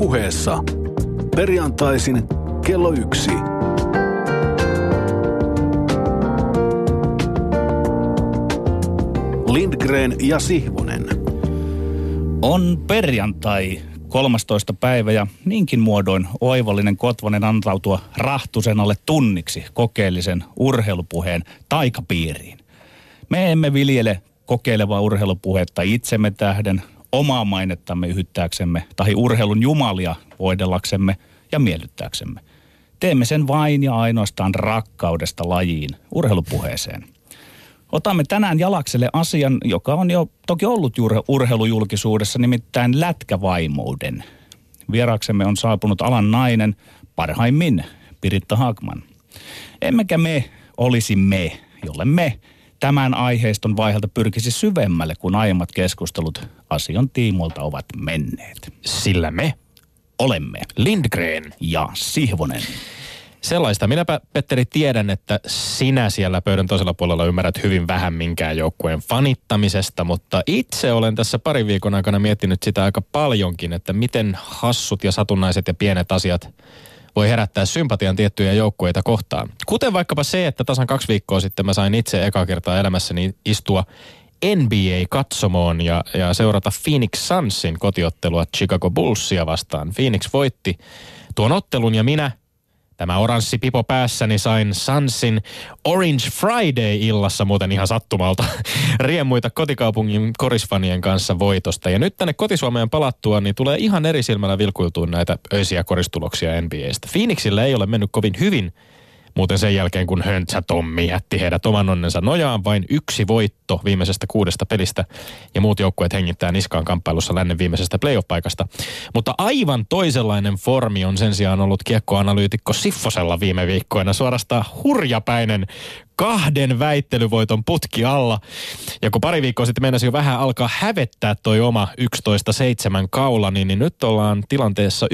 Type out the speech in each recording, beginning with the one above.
Puheessa. Perjantaisin kello 1. Lindgren ja Sihvonen. On perjantai 13. päivä ja niinkin muodoin oivallinen Kotvonen antautua Rahtusen alle tunniksi kokeellisen urheilupuheen taikapiiriin. Me emme viljele kokeilevaa urheilupuhetta itsemme tähden, omaa mainettamme yhyttääksemme tai urheilun jumalia voidellaksemme ja miellyttääksemme. Teemme sen vain ja ainoastaan rakkaudesta lajiin, urheilupuheeseen. Otamme tänään jalakselle asian, joka on jo toki ollut urheilujulkisuudessa, nimittäin lätkävaimouden. Vieraaksemme on saapunut alan nainen, parhaimmin Piritta Hagman. Emmekä me olisi me, jolle me tämän aiheiston vaiheelta pyrkisi syvemmälle, kun aiemmat keskustelut asian tiimoilta ovat menneet. Sillä me olemme Lindgren ja Sihvonen. Sellaista. Minäpä, Petteri, tiedän, että sinä siellä pöydän toisella puolella ymmärrät hyvin vähän minkään joukkueen fanittamisesta, mutta itse olen tässä parin viikon aikana miettinyt sitä aika paljonkin, että miten hassut ja satunnaiset ja pienet asiat voi herättää sympatian tiettyjä joukkueita kohtaan. Kuten vaikkapa se, että tasan 2 viikkoa sitten mä sain itse eka kertaa elämässäni istua NBA-katsomoon ja seurata Phoenix Sunsin kotiottelua Chicago Bullsia vastaan. Phoenix voitti tuon ottelun ja minä, tämä oranssi pipo päässäni, sain Sunsin Orange Friday-illassa muuten ihan sattumalta riemuita kotikaupungin korisfanien kanssa voitosta. Ja nyt tänne kotisuomeen palattua, niin tulee ihan eri silmällä vilkuiltuun näitä öisiä koristuloksia NBA:stä. Phoenixillä ei ole mennyt kovin hyvin, muuten sen jälkeen kun Höntsä Tommi jätti heidät oman onnensa nojaan, vain 1 voitto viimeisestä 6 pelistä ja muut joukkueet hengittää niskaan kamppailussa lännen viimeisestä playoff-paikasta. Mutta aivan toisenlainen formi on sen sijaan ollut kiekkoanalyytikko Siffosella viime viikkoina, suorastaan hurjapäinen 2 väittelyvoiton putki alla. Ja kun pari viikkoa sitten meinasi jo vähän alkaa hävettää toi oma 11-7 kaula, niin nyt ollaan tilanteessa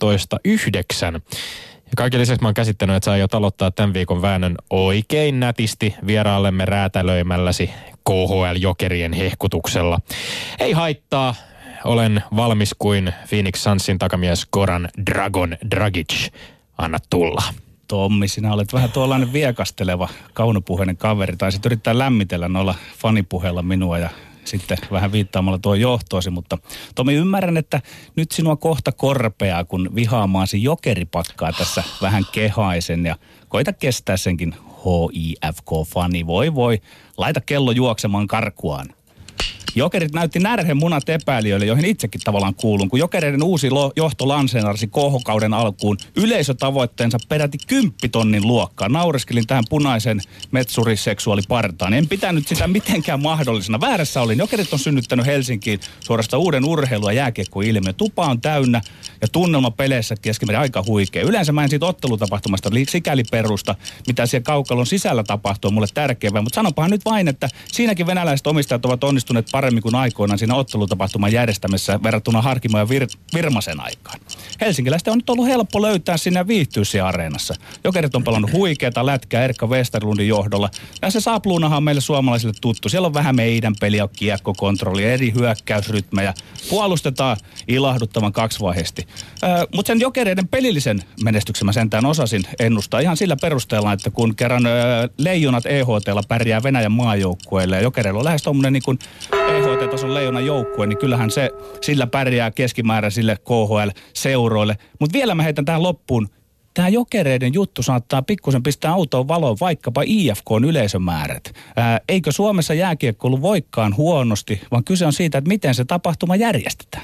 11-9. Ja kaiken lisäksi mä oon käsittänyt, että sä aiot aloittaa tämän viikon väännön oikein nätisti vieraallemme räätälöimälläsi KHL-jokerien hehkutuksella. Ei haittaa, olen valmis kuin Phoenix Sunsin takamies Goran Dragon Dragic. Anna tulla. Tommi, sinä olet vähän tuollainen viekasteleva, kaunopuheinen kaveri. Taisit yrittää lämmitellä noilla fanipuheilla minua ja sitten vähän viittaamalla tuo johtoosi, mutta Tomi, ymmärrän, että nyt sinua kohta korpeaa, kun vihaamaasi jokeripakkaa tässä vähän kehaisen ja koita kestää senkin HIFK-fani. Voi, laita kello juoksemaan karkuaan. Jokerit näytti närhen munat epäilijöille, joihin itsekin tavallaan kuulun, kun Jokereiden uusi johto lanseerasi KH-kauden alkuun yleisötavoitteensa peräti 10 000 luokkaa. Naureskelin tähän punaisen metsuriseksuaalipartaan. En pitänyt sitä mitenkään mahdollisena. Väärässä olin. Jokerit on synnyttänyt Helsinkiin suorastaan uuden urheilu- ja jääkiekkoilmiö. Tupa on täynnä ja tunnelma peleissä keskimäärin aika huikea. Yleensä mä en siitä ottelutapahtumasta sikäli perusta, mitä siellä kaukalon sisällä tapahtuu, on mulle tärkeää. Mutta sanopahan nyt vain, että siinäkin venäläiset omistajat ovat onnistuneet paremmin kuin aikoinaan siinä ottelutapahtuman järjestämisessä verrattuna Harkimo ja Virmasen aikaan. Helsinkiläisten on nyt ollut helppo löytää sinne ja viihtyä siellä areenassa. Jokerit on pelannut huikeata lätkää Erkka Westerlundin johdolla. Ja se saapluunahan on meille suomalaisille tuttu. Siellä on vähän meidän peliä, kiekkokontrolli, eri hyökkäysrytmejä. Puolustetaan ilahduttavan 2-vaiheesti. Mutta sen Jokereiden pelillisen menestyksen mä sentään osasin ennustaa ihan sillä perusteella, että kun kerran leijonat EHT:lla pärjää Venäjän maajoukkueille ja Jokereilla on lähes tommonen niin kuin EHT-tason leijonan joukkue, niin kyllähän se sillä pärjää keskimääräisille KHL-seuroille. Mutta vielä mä heitän tähän loppuun. Tämä Jokereiden juttu saattaa pikkusen pistää autoon valoon vaikkapa IFK:n yleisömäärät. Eikö Suomessa jääkiekkoilu voikaan huonosti, vaan kyse on siitä, että miten se tapahtuma järjestetään.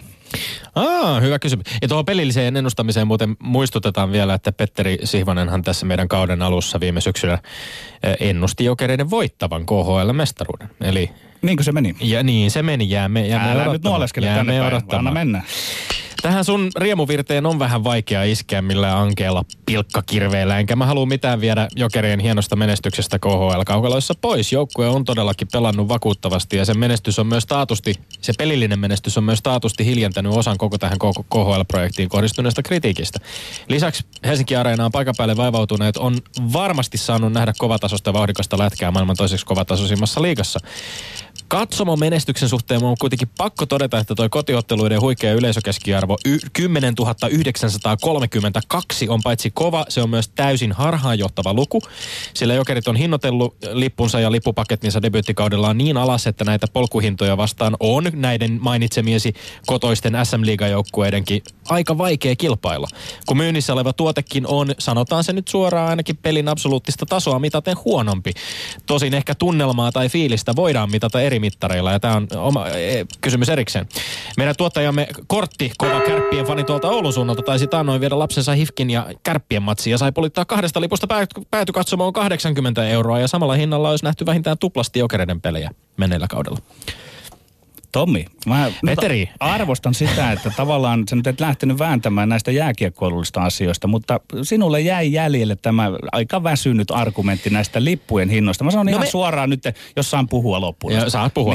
Hyvä kysymys. Ja tuohon pelilliseen ennustamiseen muuten muistutetaan vielä, että Petteri Sihvonenhan tässä meidän kauden alussa viime syksynä ennusti Jokereiden voittavan KHL-mestaruuden. Eli niinkö se meni? Ja niin se meni. Jäämme nyt nuoleskele tänne päin, anna mennä. Tähän sun riemuvirteen on vähän vaikea iskeä millään ankeella pilkkakirveellä, enkä mä halua mitään viedä Jokerien hienosta menestyksestä KHL-kaukaloissa pois. Joukkue on todellakin pelannut vakuuttavasti ja se pelillinen menestys on myös taatusti hiljentänyt osan koko tähän KHL-projektiin kohdistuneesta kritiikistä. Lisäksi Helsinki Areenaan paikan päälle vaivautuneet on varmasti saanut nähdä kovatasosta ja vauhdikasta lätkää maailman toiseksi kovatasoisimmassa liigassa. Katsomon menestyksen suhteen on kuitenkin pakko todeta, että toi kotiotteluiden huikea yleisökeskiarvo 10 932 on paitsi kova, se on myös täysin harhaanjohtava luku, sillä Jokerit on hinnoitellut lippunsa ja lippupakettinsa debyyttikaudellaan niin alas, että näitä polkuhintoja vastaan on näiden mainitsemiesi kotoisten SM-liigajoukkueidenkin aika vaikea kilpailla. Kun myynnissä oleva tuotekin on, sanotaan se nyt suoraan, ainakin pelin absoluuttista tasoa mitaten huonompi. Tosin ehkä tunnelmaa tai fiilistä voidaan mitata eri mittareilla, ja tämä on oma kysymys erikseen. Meidän tuottajamme Kortti, kova Kärppien fani tuolta Oulun suunnalta, taisi taannoin viedä lapsensa HIFKin ja Kärppien matsiin ja sai polittaa 2 lipusta päätykatsomoon 80 €, ja samalla hinnalla olisi nähty vähintään tuplasti Jokereiden pelejä menneellä kaudella. Tommi, mä arvostan sitä, että tavallaan sä nyt et lähtenyt vääntämään näistä jääkiekkoilullista asioista, mutta sinulle jäi jäljelle tämä aika väsynyt argumentti näistä lippujen hinnoista. Mä sanon ihan suoraan nyt, jos saan puhua loppuun. Joo, saat puhua.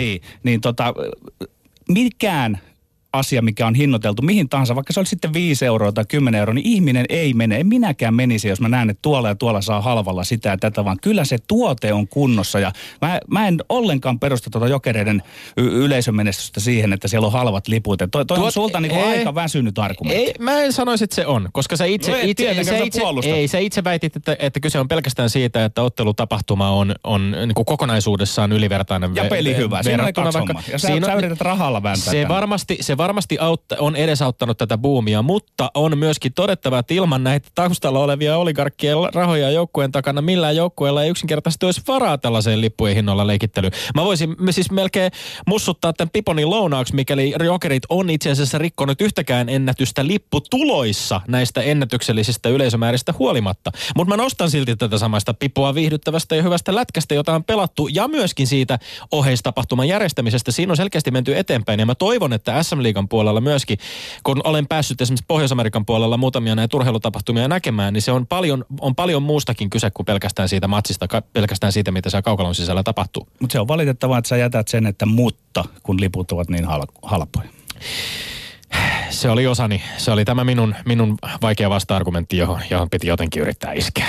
Mikään asia, mikä on hinnoiteltu mihin tahansa, vaikka se olisi sitten 5 € tai 10 €, niin ihminen ei mene. En minäkään menisi, jos mä näen, että tuolla ja tuolla saa halvalla sitä ja tätä, vaan kyllä se tuote on kunnossa. Ja mä en ollenkaan perusta tuota Jokereiden yleisömenestystä siihen, että siellä on halvat liput. Toi on sulta niinku aika väsynyt argumentti. Mä en sanoisi, että se on, koska sä itse väitit, että kyse on pelkästään siitä, että ottelutapahtuma on niinku kokonaisuudessaan ylivertainen. Ja peli hyvä. Siinä on kaksi hommaa. Ja sä yrität rahalla vääntää. Se varmasti on edesauttanut tätä buumia, mutta on myöskin todettava, että ilman näitä taustalla olevia oligarkkien rahoja joukkueen takana millään joukkueella ei yksinkertaisesti olisi varaa tällaiseen lippujen hinnoilla leikittelyyn. Mä voisin siis melkein mussuttaa tämän Piponin lounaaksi, mikäli Jokerit on itse asiassa rikkonut yhtäkään ennätystä lipputuloissa näistä ennätyksellisistä yleisömääristä huolimatta. Mutta mä nostan silti tätä samaista Pipoa viihdyttävästä ja hyvästä lätkästä, jota on pelattu, ja myöskin siitä oheistapahtuman järjestämisestä. Siinä on selkeästi menty eteenpäin, ja mä toivon, että SM-liigan puolella myöskin, kun olen päässyt esimerkiksi Pohjois-Amerikan puolella muutamia näitä urheilutapahtumia näkemään, niin se on paljon muustakin kyse kuin pelkästään siitä matsista, pelkästään siitä, mitä siellä kaukalon sisällä tapahtuu. Mutta se on valitettavaa, että sä jätät sen, että kun liput ovat niin halpoja. Se oli osani. Se oli tämä minun vaikea vasta-argumentti, johon piti jotenkin yrittää iskeä.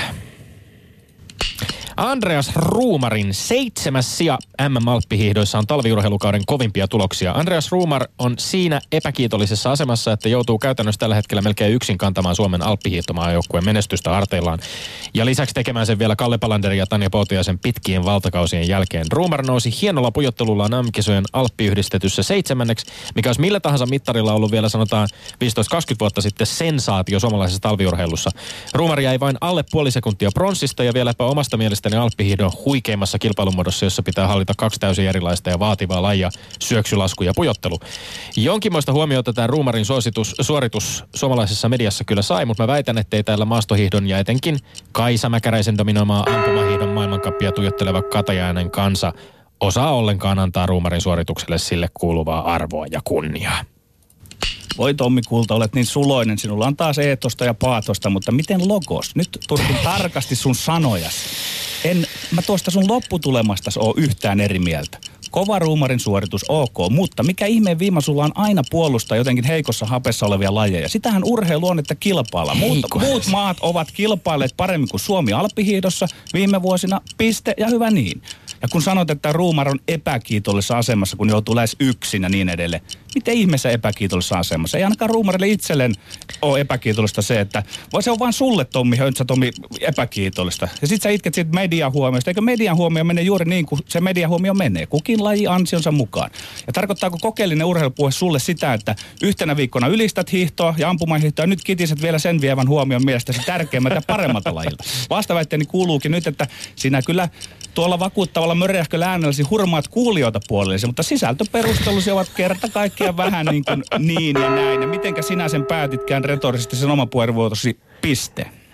Andreas Ruumarin 7. sija MM-alppihiihdoissa on talviurheilukauden kovimpia tuloksia. Andreas Ruumar on siinä epäkiitollisessa asemassa, että joutuu käytännössä tällä hetkellä melkein yksin kantamaan Suomen alppihiihtomaajoukkueen menestystä harteillaan. Ja lisäksi tekemään sen vielä Kalle Palanderin ja Tanja Poutiaisen pitkien valtakausien jälkeen. Ruumar nousi hienolla pujottelullaan MM-kisojen alppiyhdistetyssä 7., mikä olisi millä tahansa mittarilla ollut vielä sanotaan 15-20 vuotta sitten sensaatio suomalaisessa talviurheilussa. Ruumar jäi vain alle puoli sekuntia pronssista ja vieläpä omasta mielestäni alppihiihdon huikeimmassa kilpailumuodossa, jossa pitää hallita 2 täysin erilaista ja vaativaa lajia, syöksylasku ja pujottelu. Jonkinmoista huomiota tämä Ruumarin suoritus suomalaisessa mediassa kyllä sai, mutta mä väitän, ettei täällä maastohiihdon ja etenkin Kaisa Mäkäräisen dominoimaa ampumahiihdon maailmankappia tuijotteleva katajainen kansa osaa ollenkaan antaa Ruumarin suoritukselle sille kuuluvaa arvoa ja kunniaa. Voi Tommi Kulta, olet niin suloinen. Sinulla on taas eetosta ja paatosta, mutta miten logos? Nyt turkun tarkasti sun sanojasi. Mä tuosta sun lopputulemastasi ole yhtään eri mieltä. Kova Ruumarin suoritus, ok, mutta mikä ihmeen viima sulla on aina puolustaa jotenkin heikossa hapessa olevia lajeja. Sitähän urheilu on, että kilpailla. Muut maat ovat kilpailleet paremmin kuin Suomi alppihiihdossa viime vuosina, piste ja hyvä niin. Ja kun sanot, että Ruumar on epäkiitollisessa asemassa, kun joutuu lähes yksin ja niin edelleen. Miten ihmeessä epäkiitollisessa asemassa? Ei ainakaan Ruumarille itselleen ole epäkiitollista se, että se on vaan sulle Tommi epäkiitollista. Ja sit sä itket siitä median huomiosta. Eikö median huomio mene juuri niin kuin se median huomio menee? Kukin laji ansionsa mukaan. Ja tarkoittaako kokeellinen urheilupuhe sulle sitä, että yhtenä viikkona ylistät hiihtoa ja ampumahiihtoa ja nyt kitiset vielä sen vievän huomion mielestäsi tärkeimmät ja paremmalta lajilta? Vastaväitteeni kuuluukin nyt, että sinä kyllä tuolla vakuuttavalla möreähköllä äänelläsi hurmaat kuulijoita puolellesi, mutta sisältöperustelusi ovat kerta kaikkiaan vähän niin ja näin. Ja mitenkä sinä sen päätitkään retorisesti sen oman puheenvuorosi piste?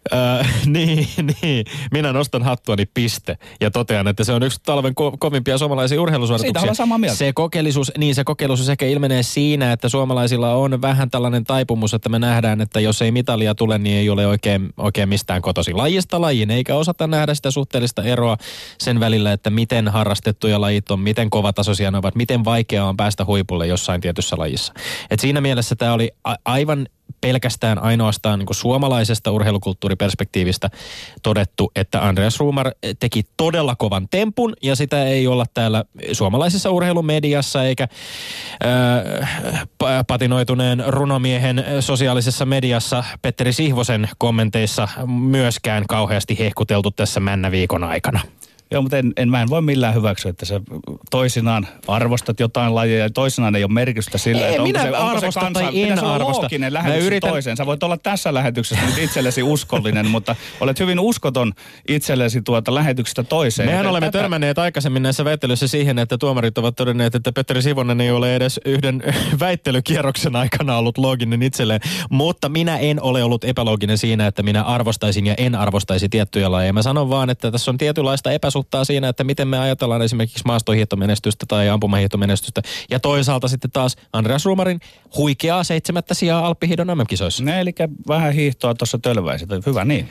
Niin. Minä nostan hattuani piste ja totean, että se on yksi talven kovimpia suomalaisia urheilusuorituksia. Siitä ollaan samaa mieltä. Se kokeellisuus ehkä ilmenee siinä, että suomalaisilla on vähän tällainen taipumus, että me nähdään, että jos ei mitalia tule, niin ei ole oikein mistään kotosi lajista lajiin, eikä osata nähdä sitä suhteellista eroa sen välillä, että miten harrastettuja lajit on, miten kovatasoisia ne ovat, miten vaikeaa on päästä huipulle jossain tietyssä lajissa. Et siinä mielessä tämä oli aivan pelkästään ainoastaan niin kuin suomalaisesta urheilukulttuuriperspektiivistä todettu, että Andreas Ruumar teki todella kovan tempun ja sitä ei olla täällä suomalaisessa urheilumediassa eikä patinoituneen runomiehen sosiaalisessa mediassa Petteri Sihvosen kommenteissa myöskään kauheasti hehkuteltu tässä männäviikon aikana. Joo, mutta mä en voi millään hyväksyä, että sä toisinaan arvostat jotain lajia ja toisinaan ei ole merkitystä sillä, ei, että minä arvostan tai en pitäisi olla arvosta. looginen lähetys toiseen. Sä voit olla tässä lähetyksessä nyt itsellesi uskollinen, mutta olet hyvin uskoton itsellesi lähetyksestä toiseen. Mehän olemme törmänneet aikaisemmin näissä väittelyissä siihen, että tuomarit ovat todenneet, että Petteri Sivonen ei ole edes yhden väittelykierroksen aikana ollut looginen itselleen, mutta minä en ole ollut epälooginen siinä, että minä arvostaisin ja en arvostaisi tiettyjä lajeja. Mä sanon vaan, että tässä on tietynlaista epäsuhtaa siinä, että miten me ajatellaan esimerkiksi maastohiihtomenestystä tai ampumahiihtomenestystä. Ja toisaalta sitten taas Andreas Ruumarin huikeaa 7. sijaa Alppihiihdon MM-kisoissa. Ne, eli vähän hiihtoa tuossa tölväisit. Hyvä niin.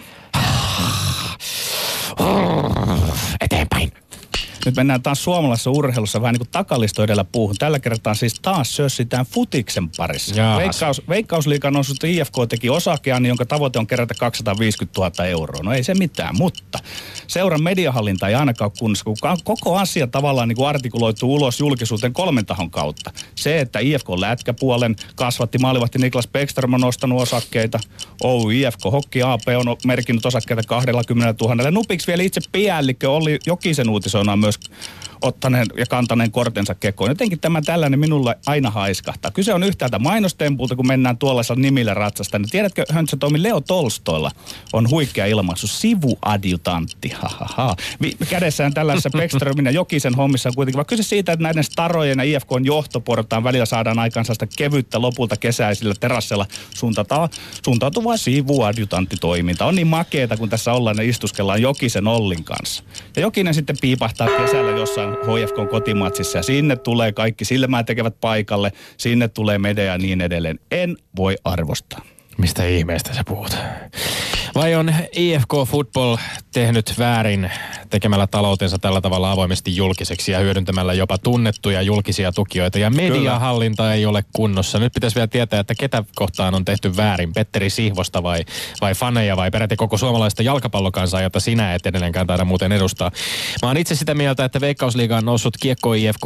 Eteenpäin. Nyt mennään taas suomalaisessa urheilussa vähän niin kuin takalisto edellä puuhun. Tällä kertaa siis taas sössitään futiksen parissa. Veikkausliigan noussut IFK teki osakeani, jonka tavoite on kerätä 250 000 euroa. No ei se mitään, mutta seuran mediahallinta ei ainakaan kunnossa, kun koko asia tavallaan niin kuin artikuloituu ulos julkisuuteen 3 tahon kautta. Se, että IFK-lätkäpuolen kasvatti maalivahti Niklas Bäckström on nostanut osakkeita. IFK Hockey AP on merkinnyt osakkeita 20 000. Nupiksi vielä itse päällikkö Olli Jokisen uutisoinaan myös ottaneen ja kantaneen kortensa kekoon. Jotenkin tämä tällainen minulle aina haiskahtaa. Kyse on yhtäältä mainostempulta, kun mennään tuollaisella nimillä ratsasta. Niin tiedätkö, Höntsätoimi, Leo Tolstoilla on huikea ilmaisu, sivuadjutantti. Kädessään tällaisessa Bäckströmin ja Jokisen hommissa on kuitenkin vaan kyse siitä, että näiden starojen ja IFK:n johtoportaan välillä saadaan aikaan sellaista kevyttä lopulta kesäisillä terassilla suuntautuvaa sivuadjutanttitoiminta. On niin makeeta, kun tässä ollaan ja istuskellaan Jokisen Ollin kanssa. Ja Jokinen sitten piipahtaa kesällä jossain HFK:n kotimatsissa ja sinne tulee kaikki silmää tekevät paikalle, sinne tulee media ja niin edelleen. En voi arvostaa. Mistä ihmeestä sä puhut? Vai on IFK Football tehnyt väärin tekemällä taloutensa tällä tavalla avoimesti julkiseksi ja hyödyntämällä jopa tunnettuja julkisia tukijoita ja mediahallinta ei ole kunnossa? Nyt pitäisi vielä tietää, että ketä kohtaan on tehty väärin, Petteri Sihvosta vai faneja vai peräti koko suomalaista jalkapallokansaa, jota sinä et edelleenkään taida muuten edustaa. Mä oon itse sitä mieltä, että Veikkausliigaan noussut Kiekko IFK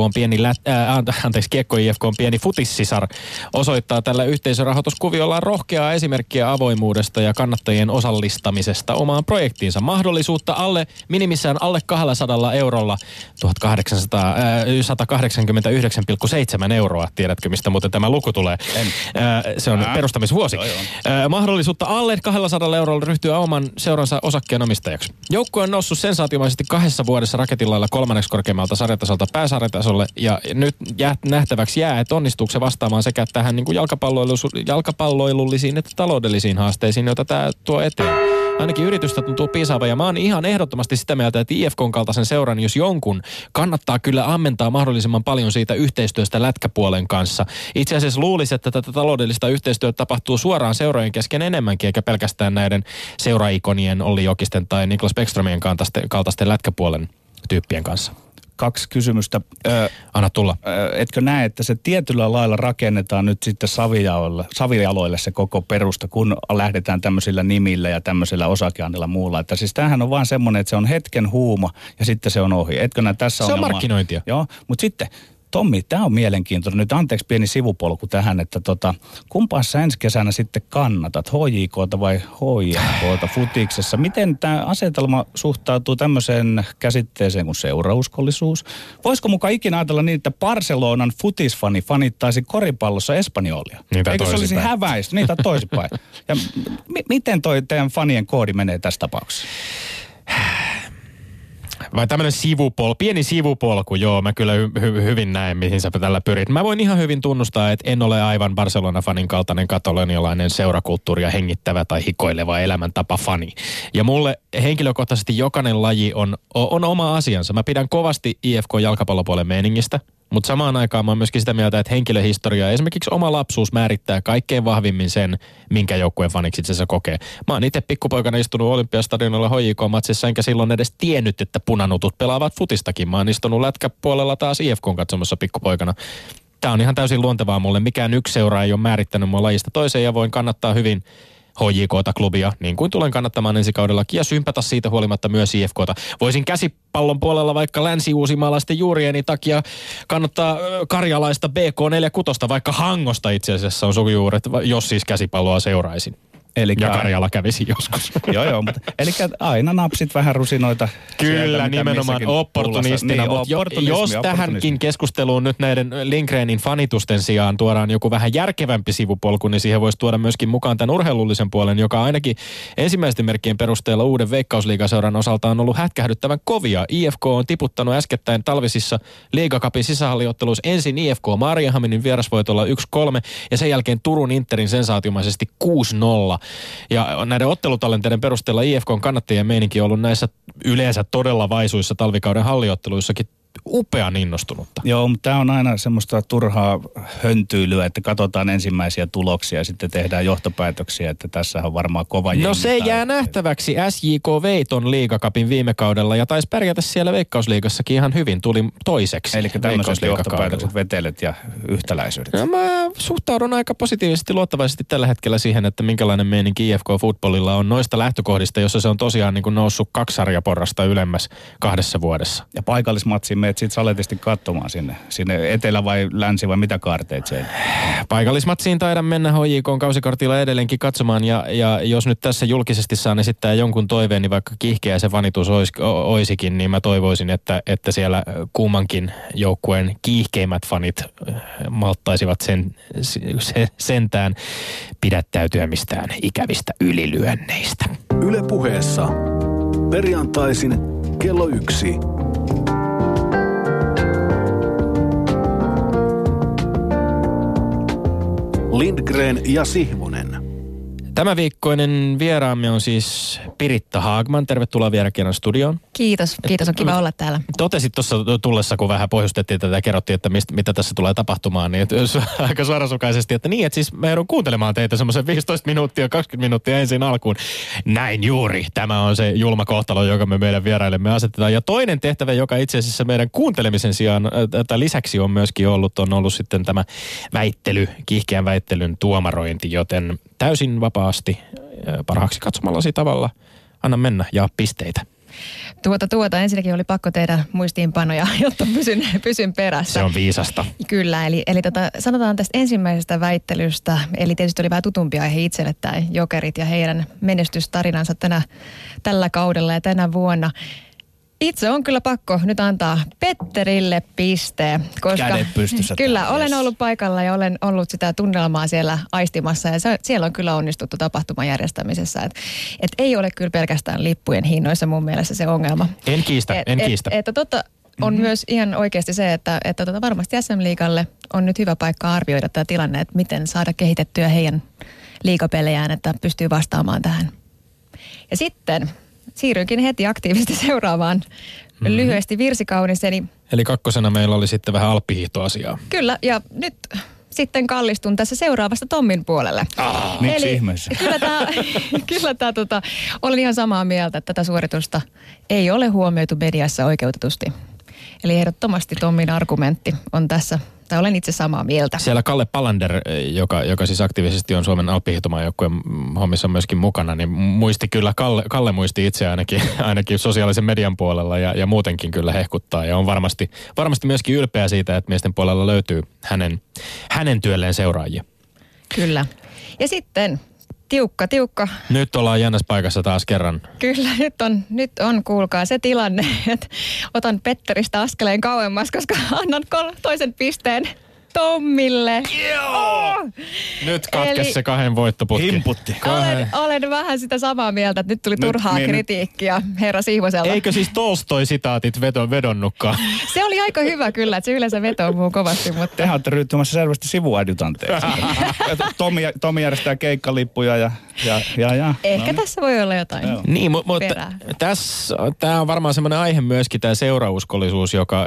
on pieni futissisar osoittaa tällä yhteisörahoituskuviolla rohkeaa esimerkkiä avoimuudesta ja kannattajien osallistamisesta omaan projektiinsa. Mahdollisuutta minimissään alle 200 eurolla 189,7 euroa. Tiedätkö, mistä muuten tämä luku tulee? Se on perustamisvuosi. Mahdollisuutta alle 200 eurolla ryhtyä oman seuransa osakkeenomistajaksi. Joukkue on noussut sensaatiomaisesti 2 vuodessa raketilailla 3. korkeammalta sarjatasolta pääsarjatasolle ja nyt nähtäväksi jää, että onnistuuko se vastaamaan sekä tähän niin kuin jalkapalloilullisiin että taloudellisiin haasteisiin, joita tämä tuo eteen. Ainakin yritystä tuntuu piisaava ja mä oon ihan ehdottomasti sitä mieltä, että IFK:n kaltaisen seuran, jos jonkun, kannattaa kyllä ammentaa mahdollisimman paljon siitä yhteistyöstä lätkäpuolen kanssa. Itse asiassa luulisi, että tätä taloudellista yhteistyötä tapahtuu suoraan seurojen kesken enemmänkin, eikä pelkästään näiden seuraikonien Olli Jokisten tai Niklas Bäckströmien kaltaisten lätkäpuolen tyyppien kanssa. 2 kysymystä. Anna tulla. Etkö näe, että se tietyllä lailla rakennetaan nyt sitten savijaloille se koko perusta, kun lähdetään tämmöisillä nimillä ja tämmöisillä osakeannilla muulla. Että siis tämähän on vaan semmoinen, että se on hetken huuma ja sitten se on ohi. Etkö näe tässä ongelmaa? Se on markkinointia. Joo, mutta sitten Tommi, tämä on mielenkiintoinen. Nyt anteeksi pieni sivupolku tähän, että kumpaa sä ensi kesänä sitten kannatat? HJK:ta vai HJK:ta futiksessa? Miten tämä asetelma suhtautuu tämmöiseen käsitteeseen kuin seurauskollisuus? Voisiko mukaan ikinä ajatella niin, että Barcelonan futisfani fanittaisi koripallossa Espanjolia? Eikö se olisi häväistä? Niitä toisinpäin. Ja miten toi teidän fanien koodi menee tässä tapauksessa? Vai tämmöinen pieni sivupolku, joo, mä kyllä hyvin näen, mihin sä tällä pyrit. Mä voin ihan hyvin tunnustaa, että en ole aivan Barcelona-fanin kaltainen katalonialainen seurakulttuuria hengittävä tai hikoileva elämäntapa-fani. Ja mulle henkilökohtaisesti jokainen laji on oma asiansa. Mä pidän kovasti IFK-jalkapallopuolen meiningistä. Mutta samaan aikaan mä oon myöskin sitä mieltä, että henkilöhistoria, esimerkiksi oma lapsuus määrittää kaikkein vahvimmin sen, minkä joukkueen faniksi itse asiassa kokee. Mä oon itse pikkupoikana istunut Olympiastadionilla HJK-matsissa, enkä silloin edes tiennyt, että punanutut pelaavat futistakin. Mä oon istunut lätkäpuolella taas IFK:n katsomassa pikkupoikana. Tää on ihan täysin luontevaa mulle. Mikään yksi seura ei ole määrittänyt mua lajista toiseen ja voin kannattaa hyvin HJK-klubia, niin kuin tulen kannattamaan ensi kaudellakin ja sympata siitä huolimatta myös IFK:ta. Voisin käsipallon puolella vaikka länsi-uusimaalaisten juurieni takia kannattaa karjalaista BK46, vaikka Hangosta itse asiassa on sukujuuret, jos siis käsipalloa seuraisin. Ja Karjala kävisi joskus. Joo, mutta elikkä aina napsit vähän rusinoita. Kyllä, sieltä, nimenomaan opportunistina. Niin, jos tähänkin keskusteluun nyt näiden Lindgrenin fanitusten sijaan tuodaan joku vähän järkevämpi sivupolku, niin siihen voisi tuoda myöskin mukaan tämän urheilullisen puolen, joka ainakin ensimmäisten merkkien perusteella uuden Veikkausliigaseuran osalta on ollut hätkähdyttävän kovia. IFK on tiputtanut äskettäin talvisissa Liigacupin sisähalliotteluissa ensin IFK Maarianhaminin vierasvoitolla 1-3 ja sen jälkeen Turun Interin sensaatiomaisesti 6-0. Ja näiden ottelutalenteiden perusteella IFK:n kannattajien meininki on ollut näissä yleensä todella vaisuissa talvikauden halliotteluissakin upean innostunutta. Joo, mutta tämä on aina semmoista turhaa höntyilyä, että katsotaan ensimmäisiä tuloksia ja sitten tehdään johtopäätöksiä, että tässä on varmaan kova jengi. No se jää nähtäväksi. SJK vei ton Liigacupin viime kaudella ja taisi pärjätä siellä Veikkausliigassakin ihan hyvin. Tuli toiseksi. Eli tämmöiset johtopäätökset, vetelet ja yhtäläisyydet. No mä suhtaudun aika positiivisesti luottavaisesti tällä hetkellä siihen, että minkälainen meininki IFK-futbolilla on noista lähtökohdista, jossa se on tosiaan niin kuin noussut 2 sarjaporrasta ylemmäs 2 vuodessa. Ja paikallismatsiin meet sitten saletisti katsomaan sinne etelä vai länsi vai mitä kaarteet se? Paikallismatsiin taidan mennä HJK:n kausikortilla edelleenkin katsomaan ja jos nyt tässä julkisesti saan esittää jonkun toiveen, niin vaikka kiihkeä se vanitus oisikin, niin mä toivoisin, että siellä kummankin joukkueen kiihkeimmät fanit malttaisivat sentään pidättäytyä mistään ikävistä ylilyönneistä. Yle Puheessa perjantaisin kello 1. Lindgren ja Sihvonen. Tämä viikkoinen vieraamme on siis Piritta Haagman. Tervetuloa vielä kerran studioon. Kiitos, on kiva olla täällä. Totesit tuossa tullessa, kun vähän pohjustettiin tätä ja kerrottiin, että mitä tässä tulee tapahtumaan, niin aika suorasukaisesti, että niin, että siis mä joudun kuuntelemaan teitä semmoisen 15 minuuttia, 20 minuuttia ensin alkuun. Näin juuri. Tämä on se julma kohtalo, joka me meidän vieraillemme asetetaan. Ja toinen tehtävä, joka itse asiassa meidän kuuntelemisen sijaan lisäksi on myöskin on ollut sitten tämä väittely, kiihkeän väittelyn tuomarointi, joten täysin vapaasti parhaaksi katsomallasi tavalla anna mennä ja pisteitä. Ensinnäkin oli pakko tehdä muistiinpanoja, jotta pysyn perässä. Se on viisasta. Kyllä, eli sanotaan tästä ensimmäisestä väittelystä, eli tietysti oli vähän tutumpi aihe itselle tämä Jokerit ja heidän menestystarinansa tällä kaudella ja tänä vuonna. Itse on kyllä pakko nyt antaa Petterille piste, koska kädet pystyssä kyllä olen ollut paikalla ja olen ollut sitä tunnelmaa siellä aistimassa ja siellä on kyllä onnistuttu tapahtuman järjestämisessä. Et ei ole kyllä pelkästään lippujen hinnoissa mun mielestä se ongelma. En kiistä. On myös ihan oikeasti se, että varmasti SM-liigalle on nyt hyvä paikka arvioida tämä tilanne, että miten saada kehitettyä heidän liigapelejään, että pystyy vastaamaan tähän. Ja sitten siirrynkin heti aktiivisesti seuraavaan lyhyesti virsikauniseni. Eli kakkosena meillä oli sitten vähän alppihiihtoasiaa. Kyllä, ja nyt sitten kallistun tässä seuraavasta Tommin puolelle. Miksi ihmeessä? Kyllä tämä, olen ihan samaa mieltä, että tätä suoritusta ei ole huomioitu mediassa oikeutetusti. Eli ehdottomasti Tommin argumentti on tässä, tai olen itse samaa mieltä. Siellä Kalle Palander, joka siis aktiivisesti on Suomen alppihiihtomaajoukkueen hommissa myöskin mukana, niin muisti kyllä, Kalle muisti itse ainakin sosiaalisen median puolella ja muutenkin kyllä hehkuttaa. Ja on varmasti myöskin ylpeä siitä, että miesten puolella löytyy hänen työlleen seuraajia. Kyllä. Ja sitten tiukka. Nyt ollaan jännässä paikassa taas kerran. Kyllä, nyt on kuulkaa se tilanne, että otan Petteristä askeleen kauemmas, koska annan toisen pisteen Tommille. Joo! Nyt katkesi se 2 voittoputki. Himputti. Olen vähän sitä samaa mieltä, että nyt tuli turhaa kritiikkiä herra Sihvoselta. Eikö siis Tolstoi-sitaatit vedonnutkaan? Se oli aika hyvä kyllä, että se yleensä vetoo muu kovasti, mutta... Tehän olette ryhtymässä selvästi sivuadjutanteeksi. Tomi järjestää keikkalippuja ja. Ehkä tässä voi olla jotain. Niin, mutta tämä on varmaan semmoinen aihe myöskin, tämä seurauskollisuus, joka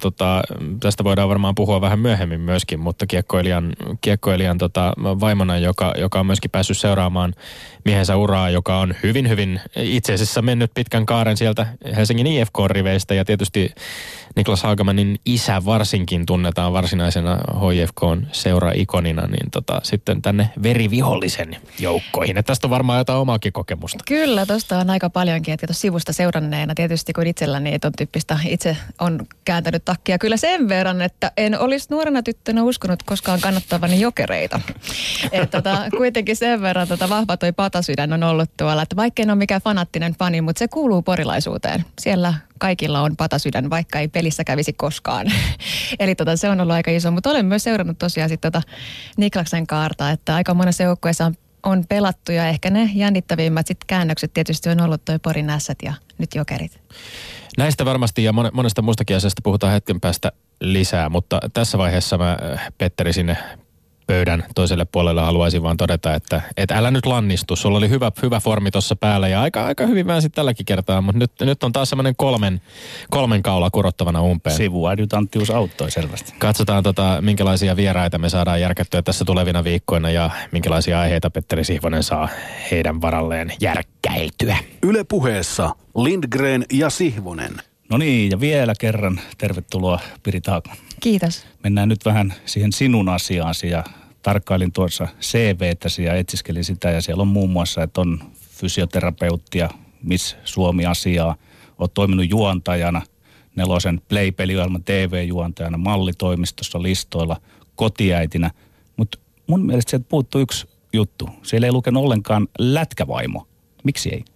tästä voidaan varmaan puhua vähän myöhemmin myöskin, mutta kiekkoilijan vaimona, joka on myöskin päässyt seuraamaan miehensä uraa, joka on hyvin, hyvin itse asiassa mennyt pitkän kaaren sieltä Helsingin IFK-riveistä ja tietysti Niklas Hagemanin isä varsinkin tunnetaan varsinaisena HIFK:n seura-ikonina, niin sitten tänne verivihollisen joukkoihin. Että tästä on varmaan jotain omaakin kokemusta. Kyllä, tuosta on aika paljonkin, että tuossa sivusta seuranneena tietysti kun itselläni ton tyyppistä itse on kääntänyt takkia kyllä sen verran, että en olisi nuorena tyttönä uskonut koskaan kannattavani Jokereita. Kuitenkin sen verran vahva toi patasydän on ollut tuolla, että vaikka en ole mikään fanaattinen fani, mutta se kuuluu porilaisuuteen. Siellä kaikilla on patasydän, vaikka ei pelissä kävisi koskaan. Eli se on ollut aika iso, mutta olen myös seurannut tosiaan sitten Niklaksen kaarta, että aika monessa joukkueessa on pelattu ja ehkä ne jännittävimmät sit käännökset tietysti on ollut toi Porin Ässät ja nyt Jokerit. Näistä varmasti ja monesta muustakin asiasta puhutaan hetken päästä lisää, mutta tässä vaiheessa mä Petteri sinne pöydän toiselle puolelle haluaisin vaan todeta, että älä nyt lannistu. Sulla oli hyvä formi tuossa päällä ja aika hyvin väänsit tälläkin kertaa, mutta nyt on taas semmoinen kolmen kaula kurottavana umpeen. Sivuadjutanttius auttoi selvästi. Katsotaan minkälaisia vieraita me saadaan järkättyä tässä tulevina viikkoina ja minkälaisia aiheita Petteri Sihvonen saa heidän varalleen järkkäiltyä. Yle Puheessa Lindgren ja Sihvonen. No niin, ja vielä kerran tervetuloa Pirita Haakman. Kiitos. Mennään nyt vähän siihen sinun asiaasi ja tarkkailin tuossa CV:täsi ja etsiskelin sitä ja siellä on muun muassa, että on fysioterapeuttia, Miss Suomi-asiaa, olet toiminut juontajana, 4 Play-peliohjelman TV-juontajana, mallitoimistossa listoilla, kotiäitinä, mutta mun mielestä sieltä puuttuu yksi juttu. Siellä ei lukenut ollenkaan lätkävaimo. Miksi ei?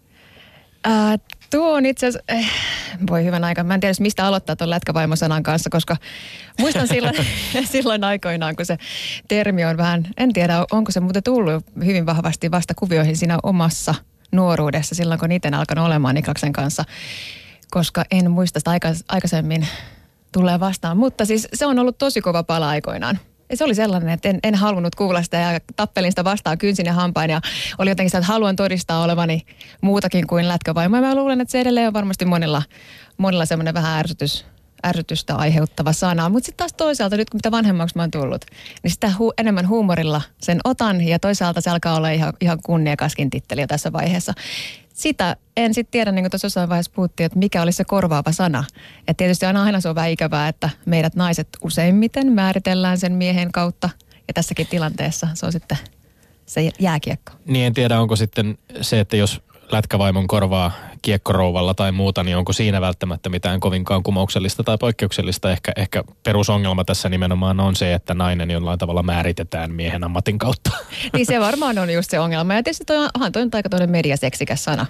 Tuo on itse asiassa, voi hyvän aika. Mä en tiedä, mistä aloittaa tuon lätkävaimosanan kanssa, koska muistan silloin aikoinaan, kun se termi on vähän, en tiedä, onko se muuten tullut hyvin vahvasti vasta kuvioihin siinä omassa nuoruudessa, silloin kun itse alkanut olemaan Niklaksen kanssa, koska en muista sitä aikaisemmin tulee vastaan. Mutta siis se on ollut tosi kova pala aikoinaan. Ja se oli sellainen, että en halunnut kuulla sitä ja tappelin sitä vastaan kynsin ja hampain ja oli jotenkin sitä, että haluan todistaa olevani muutakin kuin lätkävaimo. Ja mä luulen, että se edelleen on varmasti monilla semmoinen vähän ärsytystä aiheuttava sana. Mutta sitten taas toisaalta, nyt kun mitä vanhemmaksi mä oon tullut, niin sitä enemmän huumorilla sen otan ja toisaalta se alkaa olla ihan kunniakaskin titteli jo tässä vaiheessa. Sitä en sitten tiedä, niin kuin tuossa jossain vaiheessa puhuttiin, että mikä olisi se korvaava sana. Että tietysti aina se on vähän ikävää, että meidät naiset useimmiten määritellään sen miehen kautta. Ja tässäkin tilanteessa se on sitten se jääkiekko. Niin en tiedä, onko sitten se, että jos lätkävaimon korvaa kiekkorouvalla tai muuta, niin onko siinä välttämättä mitään kovinkaan kumouksellista tai poikkeuksellista. Ehkä perusongelma tässä nimenomaan on se, että nainen jollain tavalla määritetään miehen ammatin kautta. Niin se varmaan on just se ongelma. Ja tietysti toi on aika toinen mediaseksikäs sana.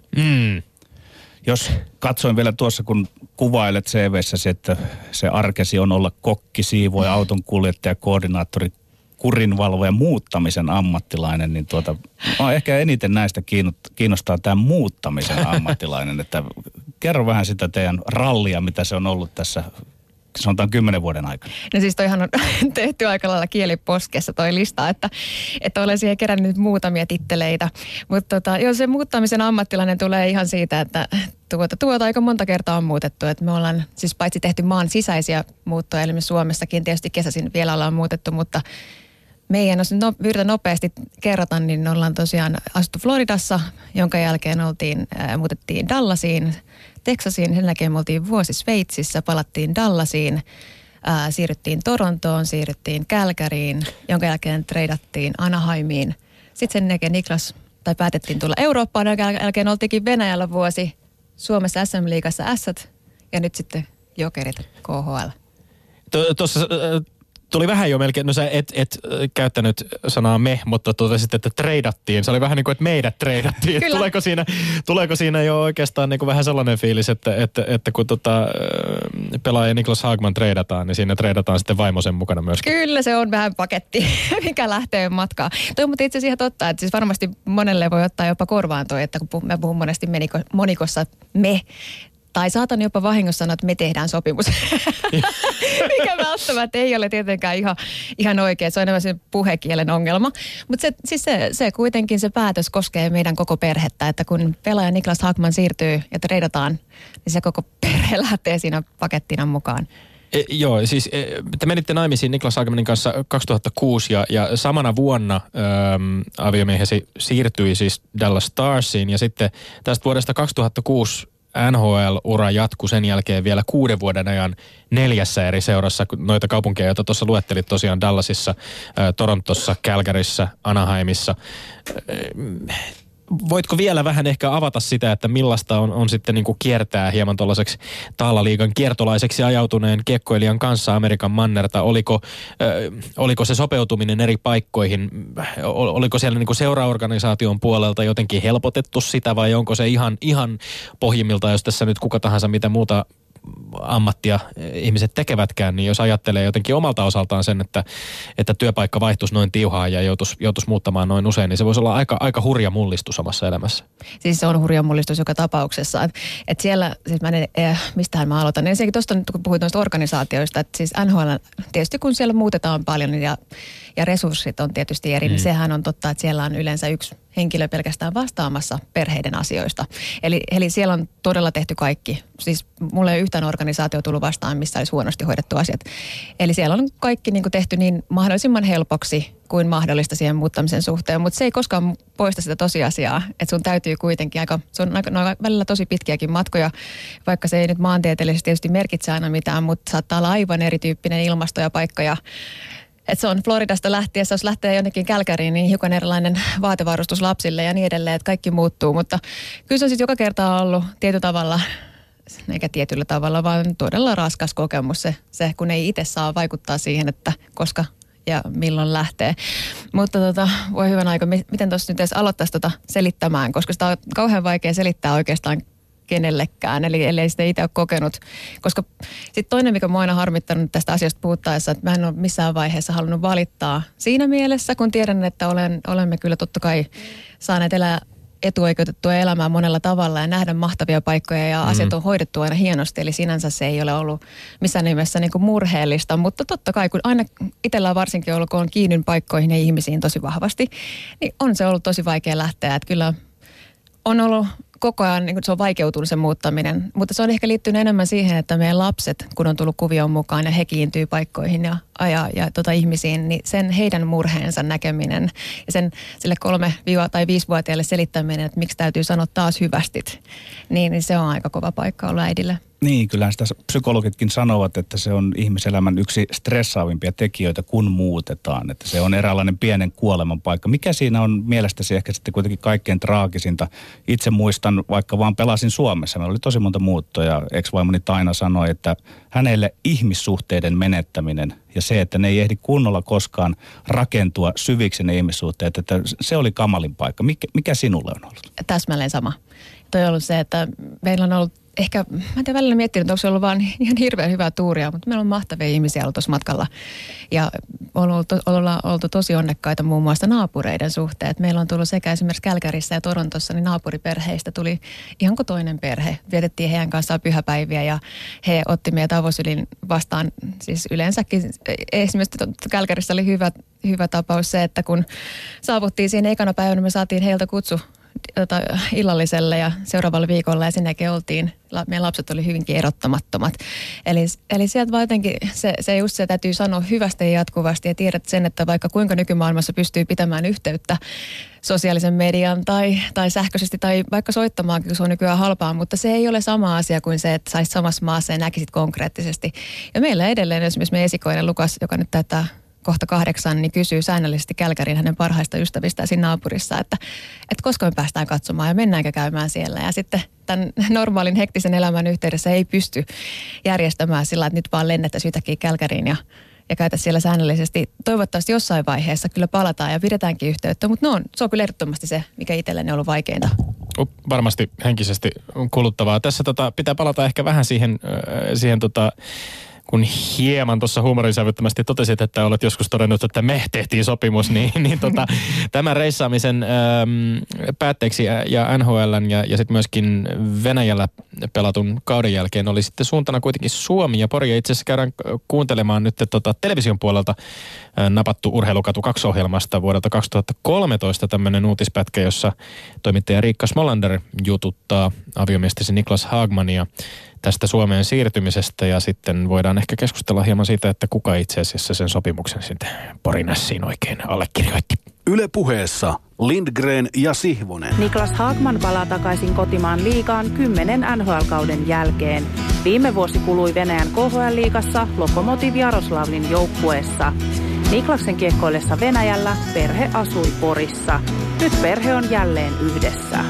Jos katsoin vielä tuossa, kun kuvailet CV:ssäsi, että se arkesi on olla kokki, siivoja, auton kuljettaja, koordinaattori, kurinvalvoja, muuttamisen ammattilainen, niin ehkä eniten näistä kiinnostaa tämä muuttamisen ammattilainen, että kerro vähän sitä teidän rallia, mitä se on ollut tässä, sanotaan 10 vuoden aikana. No siis toihan on tehty aika lailla kieliposkessa toi lista, että olen siihen kerännyt muutamia titteleitä, mutta jos se muuttamisen ammattilainen tulee ihan siitä, että tuota aika monta kertaa on muutettu, että me ollaan siis paitsi tehty maan sisäisiä muuttoja, eli me Suomessakin tietysti kesäisin vielä ollaan muutettu, mutta meidän, jos nyt yritän nopeasti kerrata, niin ollaan tosiaan asuttu Floridassa, jonka jälkeen muutettiin Dallasiin, Texasiin, sen jälkeen me oltiin vuosi Sveitsissä, palattiin Dallasiin, siirryttiin Torontoon, siirryttiin Calgaryin, jonka jälkeen treidattiin Anaheimiin. Sitten sen jälkeen päätettiin tulla Eurooppaan, jonka jälkeen oltiinkin Venäjällä vuosi, Suomessa SM-liigassa Ässät ja nyt sitten Jokerit KHL. Tuossa tuli vähän jo melkein, no sä et käyttänyt sanaa me, mutta totesit, että treidattiin. Se oli vähän niin kuin, että meidät treidattiin. Tuleeko siinä jo oikeastaan niin kuin vähän sellainen fiilis, että kun pelaaja Niklas Hagman treidataan, niin siinä treidataan sitten vaimosen mukana myöskin. Kyllä se on vähän paketti, mikä lähtee matkaan. Toi on mutta itse asiassa ihan totta, että siis varmasti monelle voi ottaa jopa korvaan toi, että kun mä puhun monesti monikossa me, tai saatan jopa vahingossa sanoa, että me tehdään sopimus. Mikä välttämättä ei ole tietenkään ihan oikein. Se on enemmän se puhekielen ongelma. Mutta se kuitenkin se päätös koskee meidän koko perhettä. Että kun pelaaja Niklas Hagman siirtyy ja treidataan, niin se koko perhe lähtee siinä pakettina mukaan. Joo, siis te menitte naimisiin Niklas Hagmanin kanssa 2006 ja samana vuonna aviomiehesi siirtyi siis Dallas Starsiin ja sitten tästä vuodesta 2006 NHL-ura jatkui sen jälkeen vielä 6 vuoden ajan 4 eri seurassa, noita kaupunkeja, joita tuossa luettelit tosiaan Dallasissa, Torontossa, Calgaryssa, Anaheimissa. Voitko vielä vähän ehkä avata sitä, että millaista on sitten niin kuin kiertää hieman tuollaiseksi taalaliigan kiertolaiseksi ajautuneen kiekkoilijan kanssa Amerikan mannerta? Oliko se sopeutuminen eri paikkoihin, oliko siellä niin kuin seuraorganisaation puolelta jotenkin helpotettu sitä vai onko se ihan pohjimmiltaan, jos tässä nyt kuka tahansa mitä muuta ammattia ihmiset tekevätkään, niin jos ajattelee jotenkin omalta osaltaan sen, että työpaikka vaihtuisi noin tiuhaan ja joutuisi muuttamaan noin usein, niin se voisi olla aika hurja mullistus omassa elämässä. Siis se on hurja mullistus joka tapauksessa. Että siellä, siis mistähän mä aloitan. Ensinnäkin tuosta nyt kun puhuit noista organisaatioista, että siis NHL, tietysti kun siellä muutetaan paljon ja resurssit on tietysti eri, niin sehän on totta, että siellä on yleensä yksi henkilö pelkästään vastaamassa perheiden asioista. Eli siellä on todella tehty kaikki. Siis mulle ei yhtään organisaatio tullut vastaan, missä olisi huonosti hoidettu asiat. Eli siellä on kaikki niin kuin tehty niin mahdollisimman helpoksi kuin mahdollista siihen muuttamisen suhteen. Mutta se ei koskaan poista sitä tosiasiaa, että sun täytyy kuitenkin se on välillä tosi pitkiäkin matkoja, vaikka se ei nyt maantieteellisesti tietysti merkitse aina mitään, mutta saattaa olla aivan erityyppinen ilmasto ja paikka ja että se on Floridasta lähtiessä, jos lähtee jonnekin Calgaryyn, niin hiukan erilainen vaatevarustus lapsille ja niin edelleen, että kaikki muuttuu. Mutta kyllä se on sitten joka kerta ollut tietyllä tavalla, eikä tietyllä tavalla, vaan todella raskas kokemus se kun ei itse saa vaikuttaa siihen, että koska ja milloin lähtee. Mutta voi hyvän aika, miten tuossa nyt edes aloittaisi selittämään, koska sitä on kauhean vaikea selittää oikeastaan kenellekään, eli ellei sitä itse ole kokenut. Koska sitten toinen, mikä mä aina harmittanut tästä asiasta puhuttaessa, että mä en ole missään vaiheessa halunnut valittaa siinä mielessä, kun tiedän, että olemme kyllä totta kai saaneet elää etuoikeutettua elämää monella tavalla ja nähdä mahtavia paikkoja ja asiat on hoidettu aina hienosti, eli sinänsä se ei ole ollut missään nimessä niin kuin murheellista, mutta totta kai kun aina itsellä varsinkin ollut, kun on kiinnyn paikkoihin ja ihmisiin tosi vahvasti, niin on se ollut tosi vaikea lähteä, että kyllä on ollut koko ajan, niin se on vaikeutunut se muuttaminen, mutta se on ehkä liittynyt enemmän siihen, että meidän lapset, kun on tullut kuvioon mukaan ja he kiintyy paikkoihin ja ihmisiin, niin sen heidän murheensa näkeminen ja sen sille 3- tai 5-vuotiaille selittäminen, että miksi täytyy sanoa taas hyvästit, niin se on aika kova paikka olla äidille. Niin, kyllähän sitä psykologitkin sanovat, että se on ihmiselämän yksi stressaavimpia tekijöitä, kun muutetaan. Että se on eräänlainen pienen kuoleman paikka. Mikä siinä on mielestäsi ehkä sitten kuitenkin kaikkein traagisinta? Itse muistan, vaikka vaan pelasin Suomessa. Meillä oli tosi monta muuttoja. Ex-vaimoni Taina sanoi, että hänelle ihmissuhteiden menettäminen ja se, että ne ei ehdi kunnolla koskaan rakentua syviksi ne ihmissuhteet, että se oli kamalin paikka. Mikä sinulle on ollut? Täsmälleen sama. Toi on ollut se, että meillä on ollut ehkä, mä en tiedä välillä miettinyt, että onko se ollut vaan ihan hirveän hyvää tuuria, mutta meillä on mahtavia ihmisiä ollut tuossa matkalla. Ja ollaan oltu tosi onnekkaita muun muassa naapureiden suhteen. Meillä on tullut sekä esimerkiksi Calgaryssa ja Torontossa, niin naapuriperheistä tuli ihan kuin toinen perhe. Vietettiin heidän kanssaan pyhäpäiviä ja he otti meidät avosylin vastaan. Siis yleensäkin esimerkiksi Calgaryssa oli hyvä tapaus se, että kun saavuttiin siinä ekana päivänä, me saatiin heiltä kutsu illalliselle ja seuraavalla viikolla ja sinnekin oltiin. Meidän lapset oli hyvinkin erottamattomat. Eli sieltä vaan jotenkin se just se täytyy sanoa hyvästi ja jatkuvasti ja tiedät sen, että vaikka kuinka nykymaailmassa pystyy pitämään yhteyttä sosiaalisen median tai sähköisesti tai vaikka soittamaan, kun se on nykyään halpaa, mutta se ei ole sama asia kuin se, että saisit samassa maassa ja näkisit konkreettisesti. Ja meillä edelleen esimerkiksi meidän esikoinen Lukas, joka nyt täyttää kohta 8, niin kysyy säännöllisesti Calgaryn hänen parhaista ystävistään siinä naapurissa, että koska me päästään katsomaan ja mennäänkö käymään siellä. Ja sitten tämän normaalin hektisen elämän yhteydessä ei pysty järjestämään sillä, että nyt vaan lennettäisiin yhtäkkiä Calgaryin ja käytä siellä säännöllisesti. Toivottavasti jossain vaiheessa kyllä palataan ja pidetäänkin yhteyttä, mutta se on kyllä ehdottomasti se, mikä itselleni on ollut vaikeinta. Varmasti henkisesti kuluttavaa. Tässä pitää palata ehkä vähän siihen kun hieman tuossa huumorisävyttömästi totesit, että olet joskus todennut, että me tehtiin sopimus, niin tämän reissaamisen päätteeksi ja NHL:n ja sitten myöskin Venäjällä pelatun kauden jälkeen oli sitten suuntana kuitenkin Suomi ja Pori. Itse asiassa käydään kuuntelemaan nyt television puolelta napattu Urheilukatu 2-ohjelmasta vuodelta 2013 tämmöinen uutispätkä, jossa toimittaja Riikka Smolander jututtaa aviomiestesi Niklas Hagmania tästä Suomeen siirtymisestä ja sitten voidaan ehkä keskustella hieman siitä, että kuka itse asiassa sen sopimuksen sitten Porinässiin oikein allekirjoitti. Yle Puheessa Lindgren ja Sihvonen. Niklas Hagman palaa takaisin kotimaan liigaan 10 NHL-kauden jälkeen. Viime vuosi kului Venäjän KHL-liigassa Lokomotiv Jaroslavlin joukkueessa. Niklaksen kiekkoillessa Venäjällä perhe asui Porissa. Nyt perhe on jälleen yhdessä.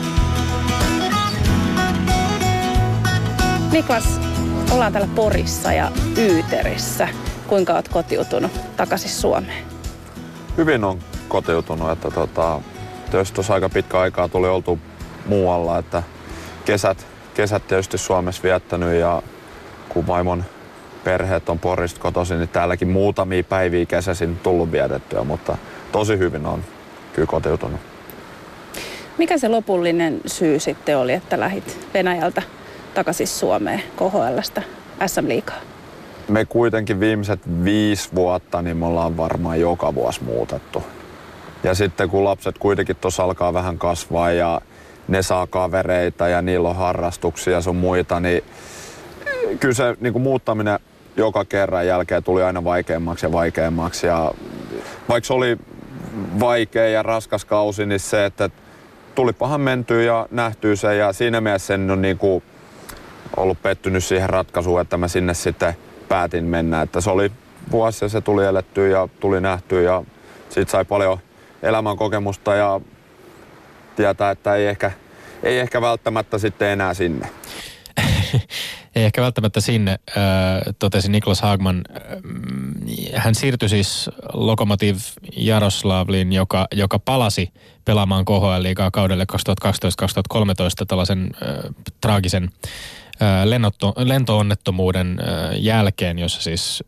Niklas, ollaan täällä Porissa ja Yyterissä. Kuinka olet kotiutunut takaisin Suomeen? Hyvin on kotiutunut, että tietysti tuossa aika pitkä aikaa tuli oltu muualla, että kesät tietysti Suomessa viettänyt ja kun vaimon perheet on Porista kotoisin, niin täälläkin muutamia päiviä kesäisin tullut vietettyä, mutta tosi hyvin on kyllä kotiutunut. Mikä se lopullinen syy sitten oli, että lähdit Venäjältä takaisin Suomeen KHL:stä SM-liigaan? Me kuitenkin viimeiset 5 vuotta, niin me ollaan varmaan joka vuosi muutettu. Ja sitten kun lapset kuitenkin tuossa alkaa vähän kasvaa ja ne saa kavereita ja niillä on harrastuksia ja sun muita, niin kyllä se niin kuin muuttaminen joka kerran jälkeen tuli aina vaikeammaksi ja vaikeammaksi. Ja vaikka se oli vaikea ja raskas kausi, niin se, että tulipahan mentyä ja nähtyä se ja siinä mielessä en ole niin kuin ollut pettynyt siihen ratkaisuun, että mä sinne sitten päätin mennä. Että se oli vuosi ja se tuli elettyä ja tuli nähtyä ja siitä sai paljon elämän kokemusta ja tietää, että ei ehkä välttämättä sitten enää sinne. Ei ehkä välttämättä sinne, totesi Niklas Hagman. Hän siirtyi siis Lokomotiv Jaroslavliin, joka palasi pelaamaan KHL-liigaa kaudelle 2012-2013 tällaisen traagisen lentoonnettomuuden jälkeen, jossa siis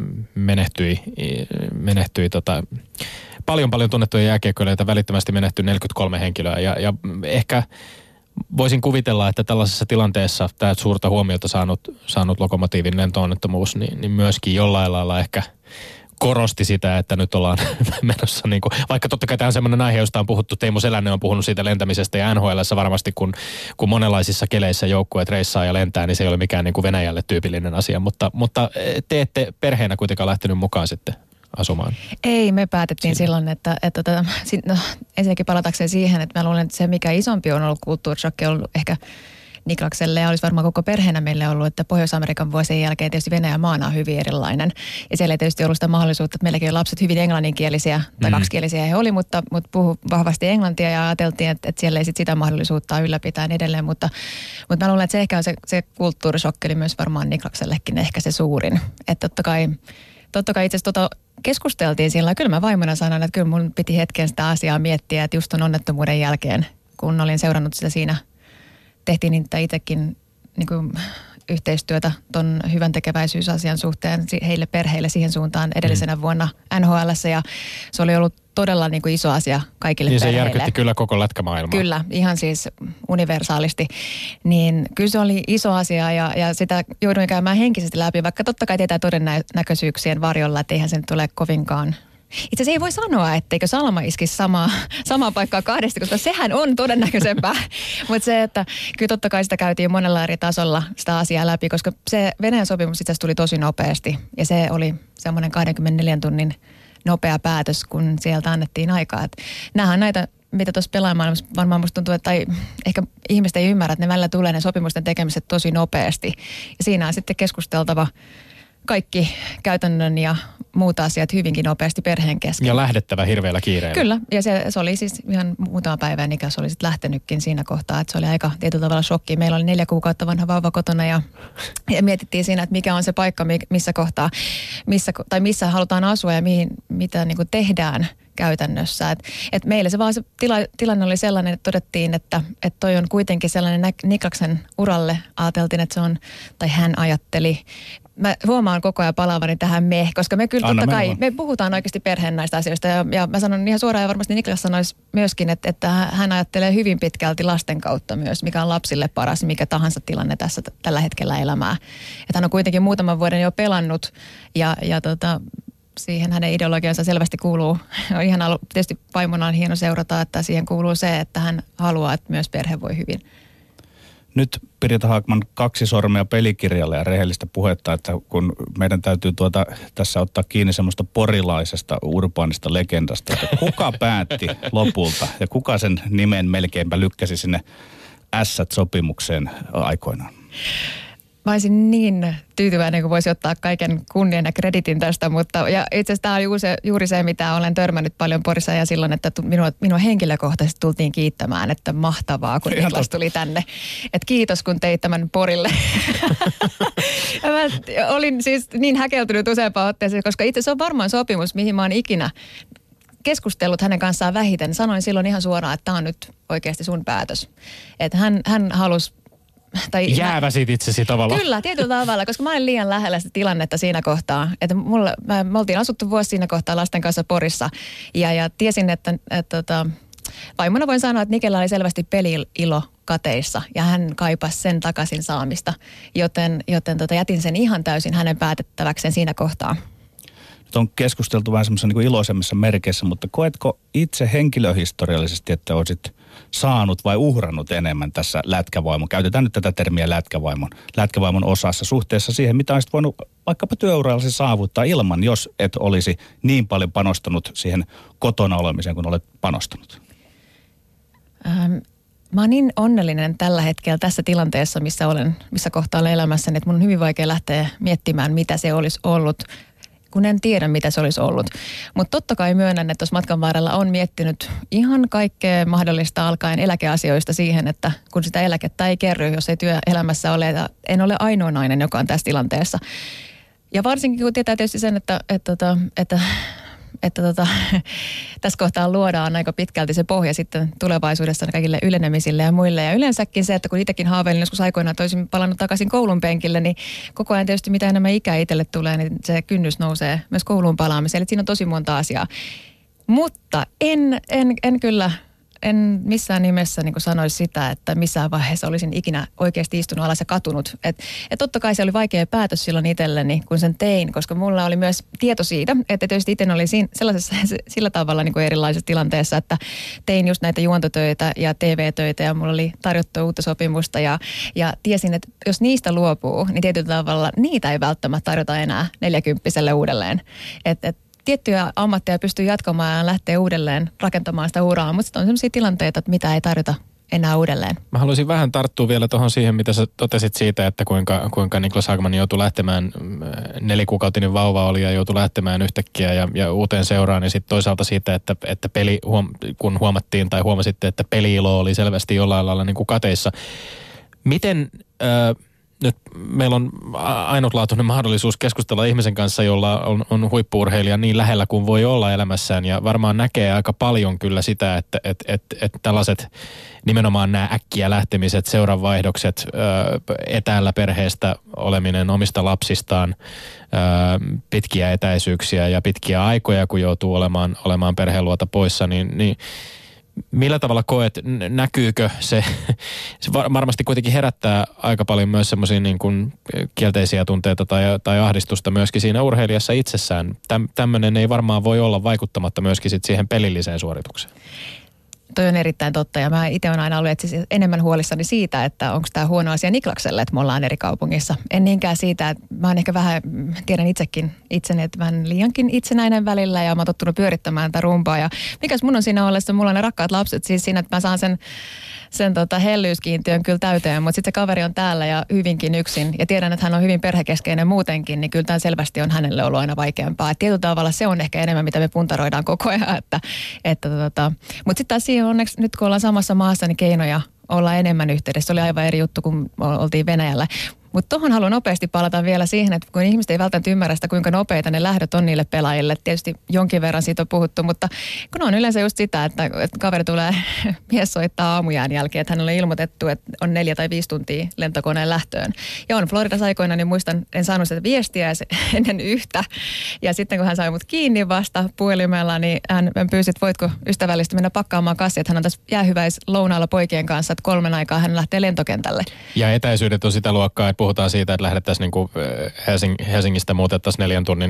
menehtyi paljon tunnettuja jääkiekkoilijoita, välittömästi menehtyi 43 henkilöä ja ehkä voisin kuvitella, että tällaisessa tilanteessa tämä suurta huomiota saanut Lokomotivin lentoonnettomuus, niin myöskin jollain lailla ehkä korosti sitä, että nyt ollaan menossa niin kuin, vaikka totta kai tämä on semmoinen aihe, josta on puhuttu, Teemu Selänne on puhunut siitä lentämisestä ja NHL:ssä varmasti, kun monenlaisissa keleissä joukkueet reissaa ja lentää, niin se ei ole mikään niin kuin Venäjälle tyypillinen asia, mutta te ette perheenä kuitenkaan lähtenyt mukaan sitten asumaan. Ei, me päätettiin silloin, että ensinnäkin palatakseen siihen, että mä luulen, että se mikä isompi on ollut kulttuurishokki on ollut ehkä Niklakselle ja olisi varmaan koko perheenä meille ollut, että Pohjois-Amerikan vuosien jälkeen tietysti Venäjä maana on hyvin erilainen. Ja siellä ei tietysti ollut sitä mahdollisuutta, että meilläkin on lapset hyvin englanninkielisiä tai kaksikielisiä he oli, mutta puhu vahvasti englantia ja ajateltiin, että siellä ei sit sitä mahdollisuutta ylläpitää edelleen. Mutta mä luulen, että se ehkä on se kulttuurishokki oli myös varmaan Niklaksellekin ehkä se suurin. Että totta kai itse asiassa keskusteltiin siellä. Kyllä mä vaimona sanoin, että kyllä mun piti hetken sitä asiaa miettiä, että just ton onnettomuuden jälkeen, kun olin seurannut sitä siinä, tehtiin niitä itsekin niin kuin yhteistyötä ton hyvän tekeväisyysasian suhteen heille perheille siihen suuntaan edellisenä vuonna NHL:ssä ja se oli ollut todella niin kuin iso asia kaikille niin perheille. Se järkytti kyllä koko lätkämaailmaa. Kyllä, ihan siis universaalisti. Niin kyllä se oli iso asia ja sitä jouduin käymään henkisesti läpi, vaikka totta kai tietää todennäköisyyksien varjolla, että eihän se nyt tule kovinkaan. Itse asiassa ei voi sanoa, etteikö Salma iskisi samaa paikkaa kahdesti, koska sehän on todennäköisempää. Mutta se, että kyllä totta kai sitä käytiin monella eri tasolla sitä asiaa läpi, koska se Venäjän sopimus itse asiassa tuli tosi nopeasti. Ja se oli semmoinen 24 tunnin nopea päätös, kun sieltä annettiin aikaa. Nämähän näitä, mitä tuossa pelaamaailmassa varmaan musta tuntuu, että tai ehkä ihmiset ei ymmärrä, että ne välillä tulee ne sopimusten tekemiset tosi nopeasti. Ja siinä on sitten keskusteltava kaikki käytännön ja muut asiat hyvinkin nopeasti perheen kesken. Ja lähdettävä hirveällä kiireellä. Kyllä, ja se oli siis ihan muutama päivä ennen kuin se oli sitten lähtenytkin siinä kohtaa, että se oli aika tietyllä tavalla shokki. Meillä oli 4 kuukautta vanha vauva kotona ja mietittiin siinä, että mikä on se paikka, missä kohtaa, missä halutaan asua ja mitä niin kuin tehdään käytännössä. Et meillä se vaan se tilanne oli sellainen, että todettiin, että toi on kuitenkin sellainen Niklaksen uralle. Ajateltiin, että se on, tai hän ajatteli. Mä huomaan koko ajan palaavani tähän koska me kyllä totta kai, me puhutaan oikeasti perheen näistä asioista. Ja mä sanon ihan suoraan ja varmasti Niklas sanoisi myöskin, että hän ajattelee hyvin pitkälti lasten kautta myös, mikä on lapsille paras, mikä tahansa tilanne tässä tällä hetkellä elämää. Että hän on kuitenkin muutaman vuoden jo pelannut ja siihen hänen ideologiansa selvästi kuuluu. On ihan tietysti vaimona on hieno seurata, että siihen kuuluu se, että hän haluaa, että myös perhe voi hyvin. Nyt Pirita Haakman 2 sormea pelikirjalle ja rehellistä puhetta, että kun meidän täytyy tässä ottaa kiinni semmoista porilaisesta urbaanista legendasta, että kuka päätti lopulta ja kuka sen nimen melkeinpä lykkäsi sinne Ässät-sopimukseen aikoinaan? Mä olisin niin tyytyväinen, kun voisi ottaa kaiken kunnian ja kreditin tästä, mutta ja itse asiassa tämä on juuri se, mitä olen törmännyt paljon Porissa ja silloin, että minua henkilökohtaisesti tultiin kiittämään, että mahtavaa, kun Niklas tuli tänne. Että kiitos, kun teit tämän Porille. Ja mä olin siis niin häkeltynyt useampaan otteeseen, koska itse se on varmaan sopimus, mihin mä oon ikinä keskustellut hänen kanssaan vähiten. Sanoin silloin ihan suoraan, että tämä on nyt oikeasti sun päätös. Että hän halusi jääväsit itsesi tavallaan. Kyllä, tietyllä tavalla, koska mä olin liian lähellä sitä tilannetta siinä kohtaa. Että me oltiin asuttu vuosi siinä kohtaa lasten kanssa Porissa ja tiesin, että vaimona voin sanoa, että Nikellä oli selvästi peli-ilo kateissa ja hän kaipasi sen takaisin saamista, joten jätin sen ihan täysin hänen päätettäväkseen siinä kohtaa. Nyt on keskusteltu vähän semmoisessa niin iloisemmissa merkeissä, mutta koetko itse henkilöhistoriallisesti, että olisit saanut vai uhrannut enemmän tässä käytetään nyt tätä termiä lätkävaimon osassa suhteessa siihen, mitä olisit voinut vaikkapa työurallasi saavuttaa ilman, jos et olisi niin paljon panostanut siihen kotona olemiseen, kun olet panostanut? Mä oon niin onnellinen tällä hetkellä tässä tilanteessa, missä kohtaa olen elämässäni, että mun on hyvin vaikea lähteä miettimään, mitä se olisi ollut, kun en tiedä, mitä se olisi ollut. Mutta totta kai myönnän, että tuossa matkan varrella on miettinyt ihan kaikkea mahdollista alkaen eläkeasioista siihen, että kun sitä eläkettä ei kerry, jos ei työelämässä ole, en ole ainoa nainen, joka on tässä tilanteessa. Ja varsinkin kun tietää tietysti sen, että tässä kohtaa luodaan aika pitkälti se pohja sitten tulevaisuudessa kaikille ylenemisille ja muille. Ja yleensäkin se, että kun itsekin haaveilin joskus aikoinaan, että olisin palannut takaisin koulun penkille, niin koko ajan tietysti mitä enemmän ikää itselle tulee, niin se kynnys nousee myös kouluun palaamiseen. Eli siinä on tosi monta asiaa. Mutta en kyllä... En missään nimessä niin kuin sanoisi sitä, että missään vaiheessa olisin ikinä oikeasti istunut alas ja katunut. Et totta kai se oli vaikea päätös silloin itselleni, kun sen tein, koska mulla oli myös tieto siitä, että tietysti itse olin sillä tavalla niin kuin erilaisessa tilanteessa, että tein just näitä juontotöitä ja TV-töitä ja mulla oli tarjottu uutta sopimusta ja tiesin, että jos niistä luopuu, niin tietyllä tavalla niitä ei välttämättä tarjota enää 40-vuotiaalle uudelleen. Tiettyjä ammatteja pystyy jatkamaan ja lähtee uudelleen rakentamaan sitä uraa, mutta sitten on sellaisia tilanteita, että mitä ei tarjota enää uudelleen. Mä haluaisin vähän tarttua vielä tuohon siihen, mitä sä totesit siitä, että kuinka Niklas Haakman joutui lähtemään, 4-kuukautinen vauva oli ja joutui lähtemään yhtäkkiä ja uuteen seuraan. Ja sitten toisaalta siitä, että kun huomattiin tai huomasitte, että peli-ilo oli selvästi jollain lailla niin kuin kateissa. Miten... Nyt meillä on ainutlaatuinen mahdollisuus keskustella ihmisen kanssa, jolla on huippu-urheilija niin lähellä kuin voi olla elämässään. Ja varmaan näkee aika paljon kyllä sitä, että tällaiset nimenomaan nämä äkkiä lähtemiset, seuranvaihdokset, etäällä perheestä oleminen omista lapsistaan, pitkiä etäisyyksiä ja pitkiä aikoja, kun joutuu olemaan perheen luota poissa, niin millä tavalla koet, näkyykö se varmasti kuitenkin herättää aika paljon myös semmoisia niin kuin kielteisiä tunteita tai ahdistusta myöskin siinä urheilijassa itsessään. Tämmöinen ei varmaan voi olla vaikuttamatta myöskin sit siihen pelilliseen suoritukseen. Toi on erittäin totta ja mä itse olen aina ollut enemmän huolissani siitä, että onko tämä huono asia Niklakselle, että me ollaan eri kaupungissa. En niinkään siitä, että mä oon ehkä vähän, tiedän itsekin itseni, että vähän liiankin itsenäinen välillä ja mä oon tottunut pyörittämään tätä rumpaa. Ja mikäs mun on siinä ollessa, mulla on ne rakkaat lapset siis siinä, että mä saan sen hellyyskiintiön kyllä täyteen, mutta sitten se kaveri on täällä ja hyvinkin yksin. Ja tiedän, että hän on hyvin perhekeskeinen muutenkin, niin kyllä tämä selvästi on hänelle ollut aina vaikeampaa. Et tietyllä tavalla se on ehkä enemmän, mitä me puntaroidaan koko ajan. Mutta sitten taas siihen onneksi, nyt kun ollaan samassa maassa, niin keinoja olla enemmän yhteydessä. Se oli aivan eri juttu, kun oltiin Venäjällä. Mutta tuohon haluan nopeasti palata vielä siihen, että kun ihmiset ei välttämättä ymmärrä sitä, kuinka nopeita ne lähdöt on niille pelaajille. Tietysti jonkin verran siitä on puhuttu, mutta kun on yleensä just sitä, että kaveri tulee, mies soittaa aamujään jälkeen, että hänelle on ilmoitettu, että on 4 tai 5 tuntia lentokoneen lähtöön. Ja on Floridassa aikoina, niin muistan, en saanut sitä viestiä ennen yhtä. Ja sitten kun hän sai mut kiinni vasta puhelimella, niin hän pyysi, että voitko ystävällisesti mennä pakkaamaan kassia, että hän on tässä jäähyväislounaalla poikien kanssa, että 3 aikaa hän lähtee lentokentälle. Ja etäisyydet on sitä luokkaa, että puhutaan siitä, että lähdettäisiin niin kuin Helsingistä muutettaisiin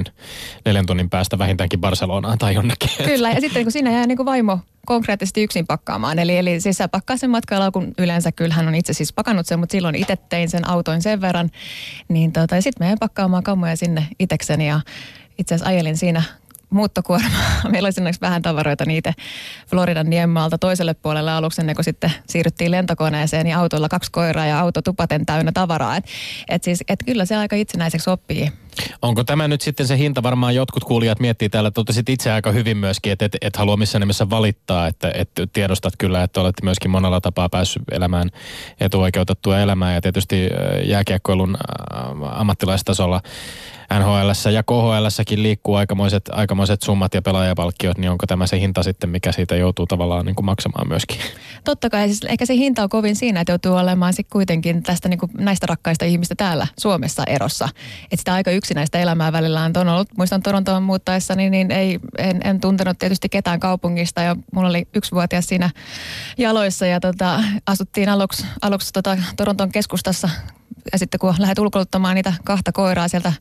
4 tunnin päästä vähintäänkin Barcelonaan tai jonnekin. Kyllä, ja sitten kun siinä jää niin kuin vaimo konkreettisesti yksin pakkaamaan. Eli siis sä pakkaa sen matkalaukun yleensä, kyllä hän on itse siis pakannut sen, mutta silloin itse tein sen autoin sen verran. Niin ja sitten mä jäin pakkaamaan kamoja sinne itekseni ja itse asiassa ajelin siinä muuttokuorma. Meillä oli sinne vähän tavaroita niitä Floridan Niemmaalta toiselle puolelle aluksi, ennen kuin sitten siirryttiin lentokoneeseen ja autolla 2 koiraa ja auto tupaten täynnä tavaraa. Et kyllä se aika itsenäiseksi oppii. Onko tämä nyt sitten se hinta? Varmaan jotkut kuulijat miettii täällä, totesit itse aika hyvin myöskin, että et halua missään nimessä valittaa, että tiedostat kyllä, että olette myöskin monella tapaa päässyt elämään etuoikeutettua elämää ja tietysti jääkiekkoilun ammattilaistasolla NHL:ssä ja KHL:ssäkin liikkuu aikamoiset summat ja pelaajapalkkiot, niin onko tämä se hinta sitten, mikä siitä joutuu tavallaan niin kuin maksamaan myöskin? Totta kai, siis ehkä se hinta on kovin siinä, että joutuu olemaan sitten kuitenkin tästä niin kuin näistä rakkaista ihmistä täällä Suomessa erossa. Että sitä aika yksinäistä elämää välillä on ollut. Muistan Torontoon muuttaessani, niin en tuntenut tietysti ketään kaupungista ja mulla oli 1-vuotias siinä jaloissa ja asuttiin aluksi Toronton keskustassa. Ja sitten kun lähdet ulkoiluttamaan niitä 2 koiraa sieltä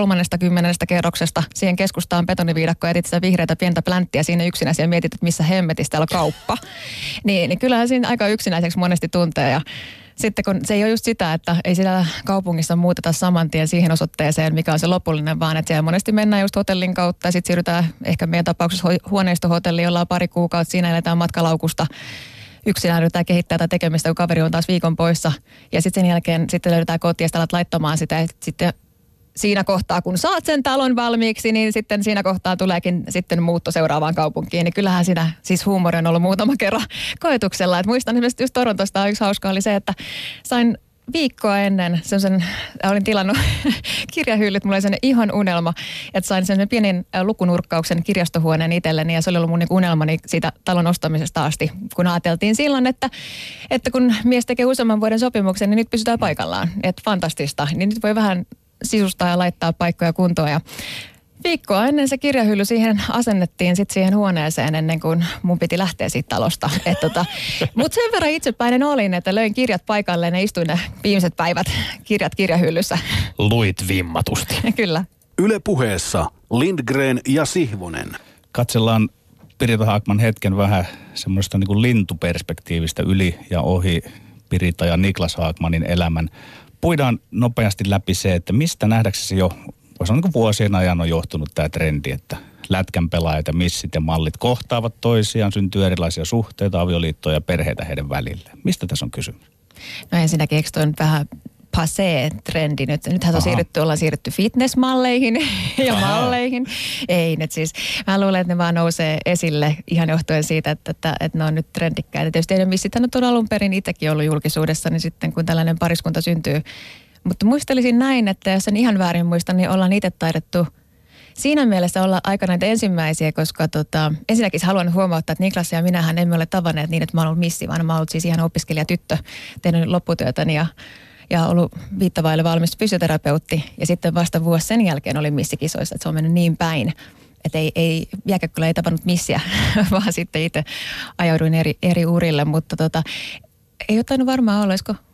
30. kerroksesta siihen keskustaan betoniviidakko ja etit sitä vihreätä pientä plänttiä siinä yksinäisiä ja mietit, että missä hemmetissä täällä on kauppa. Niin kyllähän siinä aika yksinäiseksi monesti tuntee ja sitten kun se ei ole just sitä, että ei siellä kaupungissa muuteta saman tien siihen osoitteeseen, mikä on se lopullinen, vaan että siellä monesti mennään just hotellin kautta ja sitten siirrytään ehkä meidän tapauksessa huoneistohotelliin, jolla on 2 kuukautta, siinä eletään matkalaukusta. Yksin lähdetään kehittää tätä tekemistä, kun kaveri on taas viikon poissa. Ja sitten sen jälkeen sitten löydetään kotiin ja alat laittamaan sitä. Sitten siinä kohtaa, kun saat sen talon valmiiksi, niin sitten siinä kohtaa tuleekin sitten muutto seuraavaan kaupunkiin. Niin kyllähän siinä siis huumori on ollut muutama kerran koetuksella. Et muistan esimerkiksi just Torontosta yksi hauska oli se, että sain viikkoa ennen olin tilannut kirjahyllyt, mulla oli sellainen ihan unelma, että sain sellainen pienen lukunurkkauksen kirjastohuoneen itselleni ja se oli ollut mun unelmani siitä talon ostamisesta asti, kun ajateltiin silloin, että kun mies tekee useamman vuoden sopimuksen, niin nyt pysytään paikallaan, että fantastista, niin nyt voi vähän sisustaa ja laittaa paikkoja kuntoon ja viikkoa ennen se kirjahylly siihen asennettiin sitten siihen huoneeseen ennen kuin mun piti lähteä siitä talosta. Mutta sen verran itsepäinen olin, että löin kirjat paikalleen ja istuin ne viimeiset päivät kirjahyllyssä. Luit vimmatusti. Kyllä. Yle Puheessa Lindgren ja Sihvonen. Katsellaan Pirita Haakman hetken vähän semmoista niin kuin lintuperspektiivistä yli ja ohi Pirita ja Niklas Haakmanin elämän. Puidaan nopeasti läpi se, että mistä nähdäksesi jo voisi olla niin kuin vuosien ajan on johtunut tämä trendi, että lätkän pelaajat ja missit ja mallit kohtaavat toisiaan, syntyy erilaisia suhteita, avioliittoja ja perheitä heidän välillä. Mistä tässä on kysymys? No ensinnäkin, eikö toi on vähän passé-trendi nyt? Nythän ollaan siirrytty fitnessmalleihin ja malleihin. Ei nyt siis. Mä luulen, että ne vaan nousee esille ihan johtuen siitä, että ne on nyt trendikkäitä. Tietysti ei missitään nyt on alun perin itsekin ollut julkisuudessa, niin sitten kun tällainen pariskunta syntyy. Mutta muistelisin näin, että jos en ihan väärin muista, niin ollaan itse taidettu siinä mielessä olla aika näitä ensimmäisiä, koska ensinnäkin haluan huomauttaa, että Niklas ja minähän emme ole tavanneet niin, että mä oon ollut missi, vaan mä oon ollut siis ihan opiskelijatyttö, tehnyt lopputyötäni ja ollut viittavaille valmis fysioterapeutti. Ja sitten vasta vuosi sen jälkeen olin missikisoissa, että se on mennyt niin päin, että jääkiekkoilla ei tavannut missiä, vaan sitten itse ajauduin eri urille, mutta ei ole tainnut varmaan olla, olisiko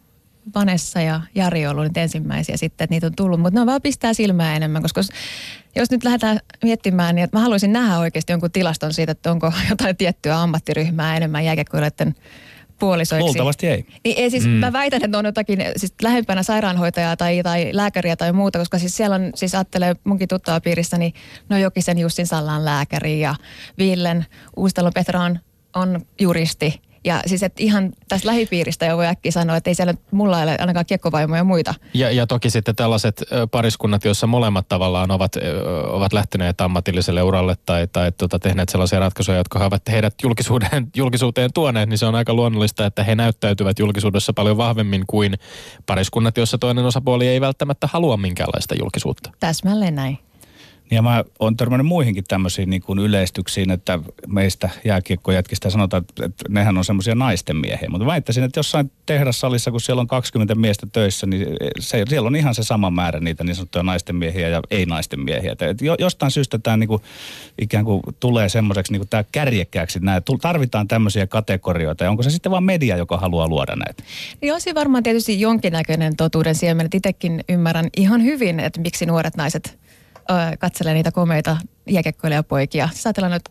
Vanessa ja Jari on ollut nyt ensimmäisiä sitten, että niitä on tullut. Mutta ne vaan pistää silmää enemmän, koska jos nyt lähdetään miettimään, niin että mä haluaisin nähdä oikeasti jonkun tilaston siitä, että onko jotain tiettyä ammattiryhmää enemmän jääkiekkoilijoiden puolisoiksi. Luultavasti ei. Niin ei siis, mä väitän, että on jotakin siis lähempänä sairaanhoitajaa tai lääkäriä tai muuta, koska siis siellä on, siis ajattelee munkin tuttavapiirissä, niin no Jokisen Jussin Sallaan lääkäri ja Villen Uustalon Petra on juristi. Ja siis, että ihan tästä lähipiiristä jo voi äkkiä sanoa, että ei siellä mulla ole ainakaan kiekkovaimoja ja muita. Ja toki sitten tällaiset pariskunnat, joissa molemmat tavallaan ovat lähteneet ammatilliselle uralle tai tehneet sellaisia ratkaisuja, jotka ovat heidät julkisuuteen tuoneet, niin se on aika luonnollista, että he näyttäytyvät julkisuudessa paljon vahvemmin kuin pariskunnat, joissa toinen osapuoli ei välttämättä halua minkäänlaista julkisuutta. Täsmälleen näin. Ja mä oon törmännyt muihinkin tämmöisiin niin kuin yleistyksiin, että meistä jääkiekkojätkistä sanotaan, että nehän on semmoisia naisten miehiä. Mutta väittäisin, että jossain tehdassalissa, kun siellä on 20 miestä töissä, niin siellä on ihan se sama määrä niitä niin sanottuja naisten miehiä ja ei-naisten miehiä. Että jostain syystä tämä niin kuin, ikään kuin tulee semmoiseksi niin kuin tämä kärjekkääksi. Tarvitaan tämmöisiä kategorioita. Ja onko se sitten vaan media, joka haluaa luoda näitä? Niin on siinä varmaan tietysti jonkinnäköinen totuuden siemen. Itsekin ymmärrän ihan hyvin, että miksi nuoret naiset katselee niitä komeita jääkiekkoilijapoikia. Siis ajatellaan nyt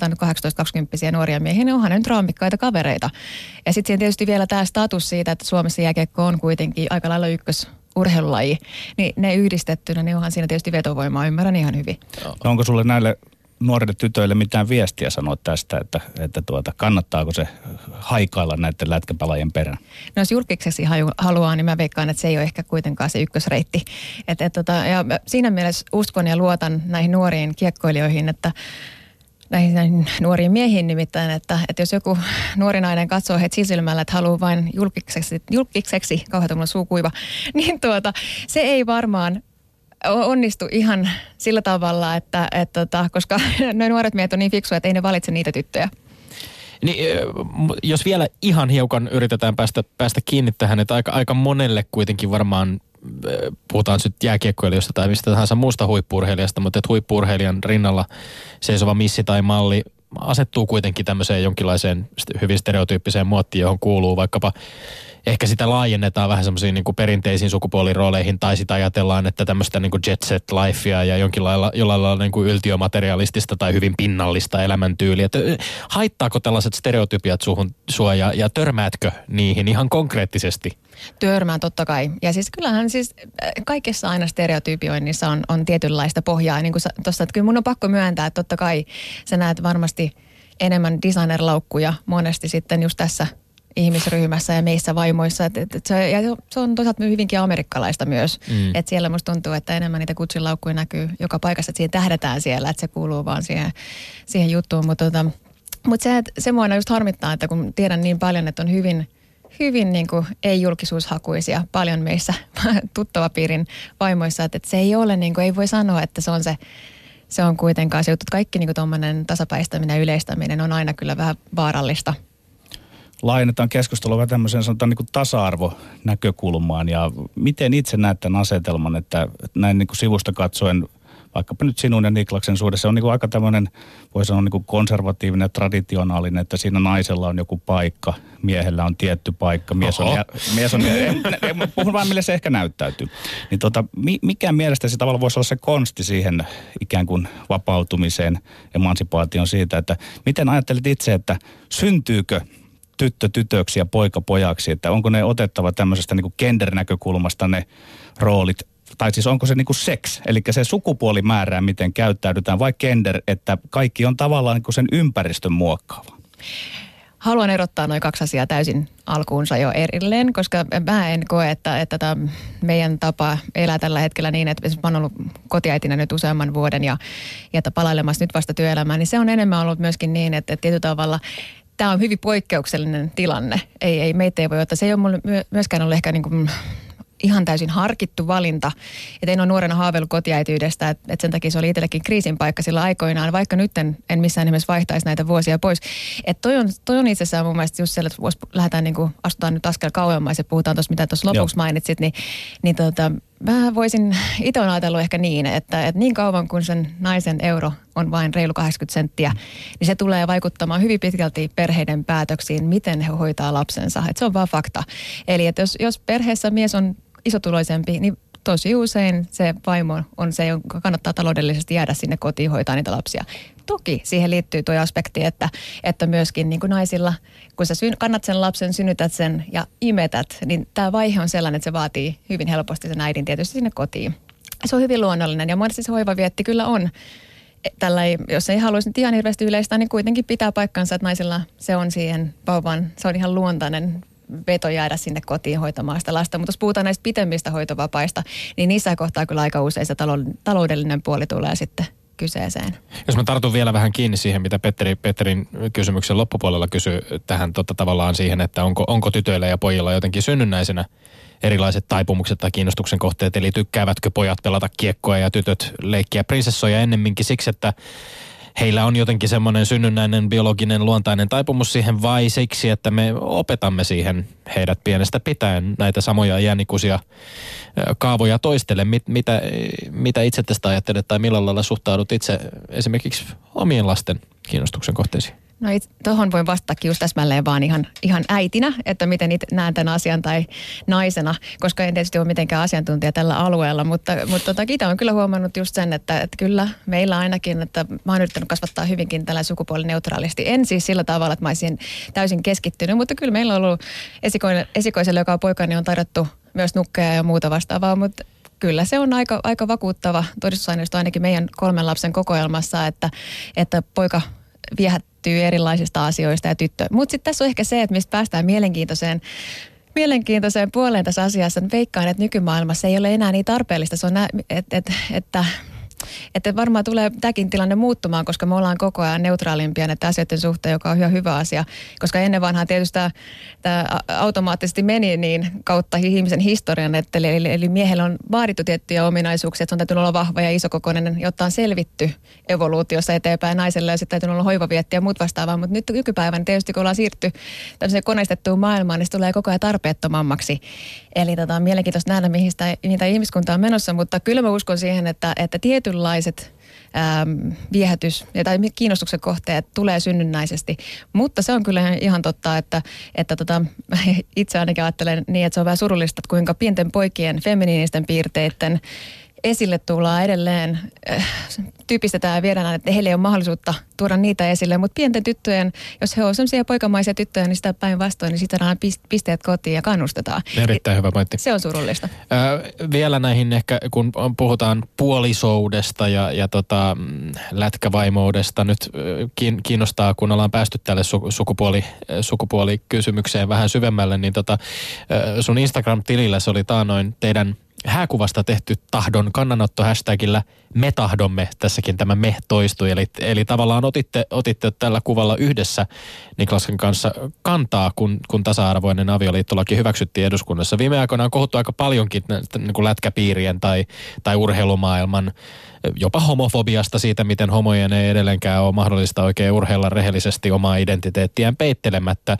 18-20 nuoria miehiä, niin onhan ne nyt raamikkaita kavereita. Ja sitten siinä tietysti vielä tämä status siitä, että Suomessa jääkiekko on kuitenkin aika lailla ykkösurheilulaji. Niin ne yhdistettynä, niin onhan siinä tietysti vetovoimaa, ymmärrän ihan hyvin. No onko sulle näille nuorille tytöille mitään viestiä sanoa tästä, että kannattaako se haikailla näiden lätkäpalaajien perään? No jos julkiseksi haluaa, niin mä veikkaan, että se ei ole ehkä kuitenkaan se ykkösreitti. Ja siinä mielessä uskon ja luotan näihin nuoriin kiekkoilijoihin, että näihin nuoriin miehiin nimittäin, että jos joku nuori nainen katsoo heitä sisilmällä, että haluaa vain julkiseksi kauheata mulla suu kuiva, niin se ei varmaan onnistu ihan sillä tavalla, että koska nuo nuoret miehet on niin fiksuja, että ei ne valitse niitä tyttöjä. Niin, jos vielä ihan hiukan yritetään päästä kiinni tähän, että aika monelle kuitenkin varmaan, puhutaan nyt jääkiekkoilijoista tai mistä tahansa muusta huippu-urheilijasta, mutta että huippu-urheilijan rinnalla seisova missi tai malli asettuu kuitenkin tämmöiseen jonkinlaiseen hyvin stereotyyppiseen muottiin, johon kuuluu vaikkapa ehkä sitä laajennetaan vähän semmoisiin niin kuin perinteisiin sukupuolirooleihin tai sitä ajatellaan, että tämmöistä niin kuin jet set lifea ja jollain lailla niin kuin yltiömaterialistista tai hyvin pinnallista elämäntyyliä. Haittaako tällaiset stereotypiat sua ja törmäätkö niihin ihan konkreettisesti? Törmään totta kai. Ja siis kyllähän siis kaikessa aina stereotypioinnissa on tietynlaista pohjaa. Niin kuin tuossa, että kyllä mun on pakko myöntää, että totta kai sä näet varmasti enemmän designer-laukkuja monesti sitten just tässä ihmisryhmässä ja meissä vaimoissa. Se on toisaalta hyvinkin amerikkalaista myös. Että siellä musta tuntuu, että enemmän niitä Gucci-laukkuja näkyy joka paikassa, että siihen tähdetään siellä, että se kuuluu vaan siihen juttuun. Mutta se mua aina just harmittaa, että kun tiedän niin paljon, että on hyvin niin kuin ei-julkisuushakuisia paljon meissä tuttavapiirin vaimoissa, että se ei ole niin kuin, ei voi sanoa, että se on kuitenkaan se juttu, että kaikki niin kuin tuommoinen tasapäistäminen ja yleistäminen on aina kyllä vähän vaarallista. Laajennetaan keskustelua vähän tämmöiseen sanotaan niin kuin tasa-arvonäkökulmaan ja miten itse näet tämän asetelman, että näin niin kuin sivusta katsoen, vaikkapa nyt sinun ja Niklaksen suhde, se on niin kuin aika tämmöinen, voi sanoa niin kuin konservatiivinen ja traditionaalinen, että siinä naisella on joku paikka, miehellä on tietty paikka, puhun vaan millä se ehkä näyttäytyy. Niin mikä mielestäsi tavallaan voisi olla se konsti siihen ikään kuin vapautumiseen, emansipaation siitä, että miten ajattelet itse, että syntyykö tyttö tytöksi ja poika pojaksi, että onko ne otettava tämmöisestä niin kuin gender-näkökulmasta ne roolit, tai siis onko se niin kuin sex, eli se sukupuoli määrää, miten käyttäydytään, vai gender, että kaikki on tavallaan niin kuin sen ympäristön muokkaava? Haluan erottaa noin kaksi asiaa täysin alkuunsa jo erilleen, koska mä en koe, että tämä meidän tapa elää tällä hetkellä niin, että mä oon ollut kotiäitinä nyt useamman vuoden ja palailemassa nyt vasta työelämään, niin se on enemmän ollut myöskin niin, että tietyllä tavalla tämä on hyvin poikkeuksellinen tilanne. Meitä ei voi ottaa. Se ei ole mulle myöskään ollut ehkä niin kuin ihan täysin harkittu valinta. Että en ole nuorena haaveillut kotiäityydestä, että sen takia se oli itsellekin kriisin paikka sillä aikoinaan, vaikka nyt en missään nimessä vaihtaisi näitä vuosia pois. Että toi on itsessään mun mielestä just siellä, että lähdetään niin kuin, astutaan nyt askel kauemmas ja puhutaan tuossa, mitä tuossa lopuksi mainitsit, niin mä voisin itse on ajatellut ehkä niin, että niin kauan kun sen naisen euro on vain reilu 80 senttiä, niin se tulee vaikuttamaan hyvin pitkälti perheiden päätöksiin, miten he hoitaa lapsensa. Että se on vaan fakta. Eli että jos perheessä mies on isotuloisempi, niin tosi usein se vaimo on se, jonka kannattaa taloudellisesti jäädä sinne kotiin hoitaa niitä lapsia. Toki siihen liittyy tuo aspekti, että myöskin niin kuin naisilla, kun sä kannat sen lapsen, synnytät sen ja imetät, niin tämä vaihe on sellainen, että se vaatii hyvin helposti sen äidin tietysti sinne kotiin. Se on hyvin luonnollinen ja monesti se hoivavietti kyllä on. Jos ei haluaisi nyt ihan hirveästi yleistää, niin kuitenkin pitää paikkansa, että naisilla se on siihen vauvan, se on ihan luontainen veto jäädä sinne kotiin hoitamaan sitä lasta. Mutta jos puhutaan näistä pitemmistä hoitovapaista, niin niissä kohtaa kyllä aika usein se taloudellinen puoli tulee sitten kyseeseen. Jos mä tartun vielä vähän kiinni siihen, mitä Petterin kysymyksen loppupuolella kysyi tähän tavallaan siihen, että onko tytöillä ja pojilla jotenkin synnynnäisenä erilaiset taipumukset tai kiinnostuksen kohteet, eli tykkäävätkö pojat pelata kiekkoa ja tytöt leikkiä prinsessoja ennemminkin siksi, että heillä on jotenkin semmoinen synnynnäinen, biologinen, luontainen taipumus siihen vai siksi, että me opetamme siihen heidät pienestä pitäen näitä samoja iänikuisia kaavoja toistelle. Mitä itse tästä ajattelet tai millä lailla suhtaudut itse esimerkiksi omien lasten kiinnostuksen kohteisiin? No tuohon voin vastatakin just täsmälleen vaan ihan äitinä, että miten itse näen tämän asian tai naisena, koska en tietysti ole mitenkään asiantuntija tällä alueella, mutta itse olen kyllä huomannut just sen, että kyllä meillä ainakin, että mä oon yrittänyt kasvattaa hyvinkin tällä sukupuolineutraalisti. En siis sillä tavalla, että mä olisin täysin keskittynyt, mutta kyllä meillä on ollut esikoiselle, joka on poika, niin on tarjottu myös nukkeja ja muuta vastaavaa, mutta kyllä se on aika vakuuttava todistusaineisto ainakin meidän 3 lapsen kokoelmassa, että poika viehättyy erilaisista asioista ja tyttö. Mutta sitten tässä on ehkä se, että mistä päästään mielenkiintoiseen puoleen tässä asiassa. Veikkaan, että nykymaailmassa ei ole enää niin tarpeellista. Se on, että varmaan tulee tämäkin tilanne muuttumaan, koska me ollaan koko ajan neutraalimpia näiden asioiden suhteen, joka on hyvä asia. Koska ennen vanhaan tietysti tämä automaattisesti meni niin kautta ihmisen historian, eli miehellä on vaadittu tiettyjä ominaisuuksia, että se on täytynyt olla vahva ja isokokoinen, jotta on selvitty evoluutiossa eteenpäin naiselle ja sitten täytynyt olla hoivavietti ja muut vastaavaa. Mutta nyt nykypäivänä tietysti kun ollaan siirtynyt tämmöiseen koneistettuun maailmaan, niin se tulee koko ajan tarpeettomammaksi. Eli on mielenkiintoista nähdä, mihin niitä ihmiskunta on menossa, mutta kyllä mä uskon siihen, että tietynlaiset viehätys tai kiinnostuksen kohteet tulee synnynnäisesti, mutta se on kyllä ihan totta, että itse ainakin ajattelen niin, että se on vähän surullista, että kuinka pienten poikien feminiinisten piirteiden esille tullaan edelleen, typistetään ja viedään, että heillä ei ole mahdollisuutta tuoda niitä esille, mutta pienten tyttöjen, jos he ovat sellaisia poikamaisia tyttöjä, niin sitä päinvastoin, niin sitä saadaan pisteet kotiin ja kannustetaan. Erittäin hyvä pointti. Se on surullista. Vielä näihin ehkä, kun puhutaan puolisoudesta ja lätkävaimoudesta, nyt kiinnostaa, kun ollaan päästy tälle sukupuolikysymykseen vähän syvemmälle, niin sun Instagram-tilillä se oli taanoin teidän hääkuvasta tehty tahdon kannanotto hashtagillä me tahdomme, tässäkin tämä me toistui, eli tavallaan otitte tällä kuvalla yhdessä Niklasen kanssa kantaa, kun tasa-arvoinen avioliittolaki hyväksyttiin eduskunnassa. Viime aikoina on kohuttu aika paljonkin niin kuin lätkäpiirien tai urheilumaailman jopa homofobiasta siitä, miten homojen ei edelleenkään ole mahdollista oikein urheilla rehellisesti omaa identiteettiään peittelemättä.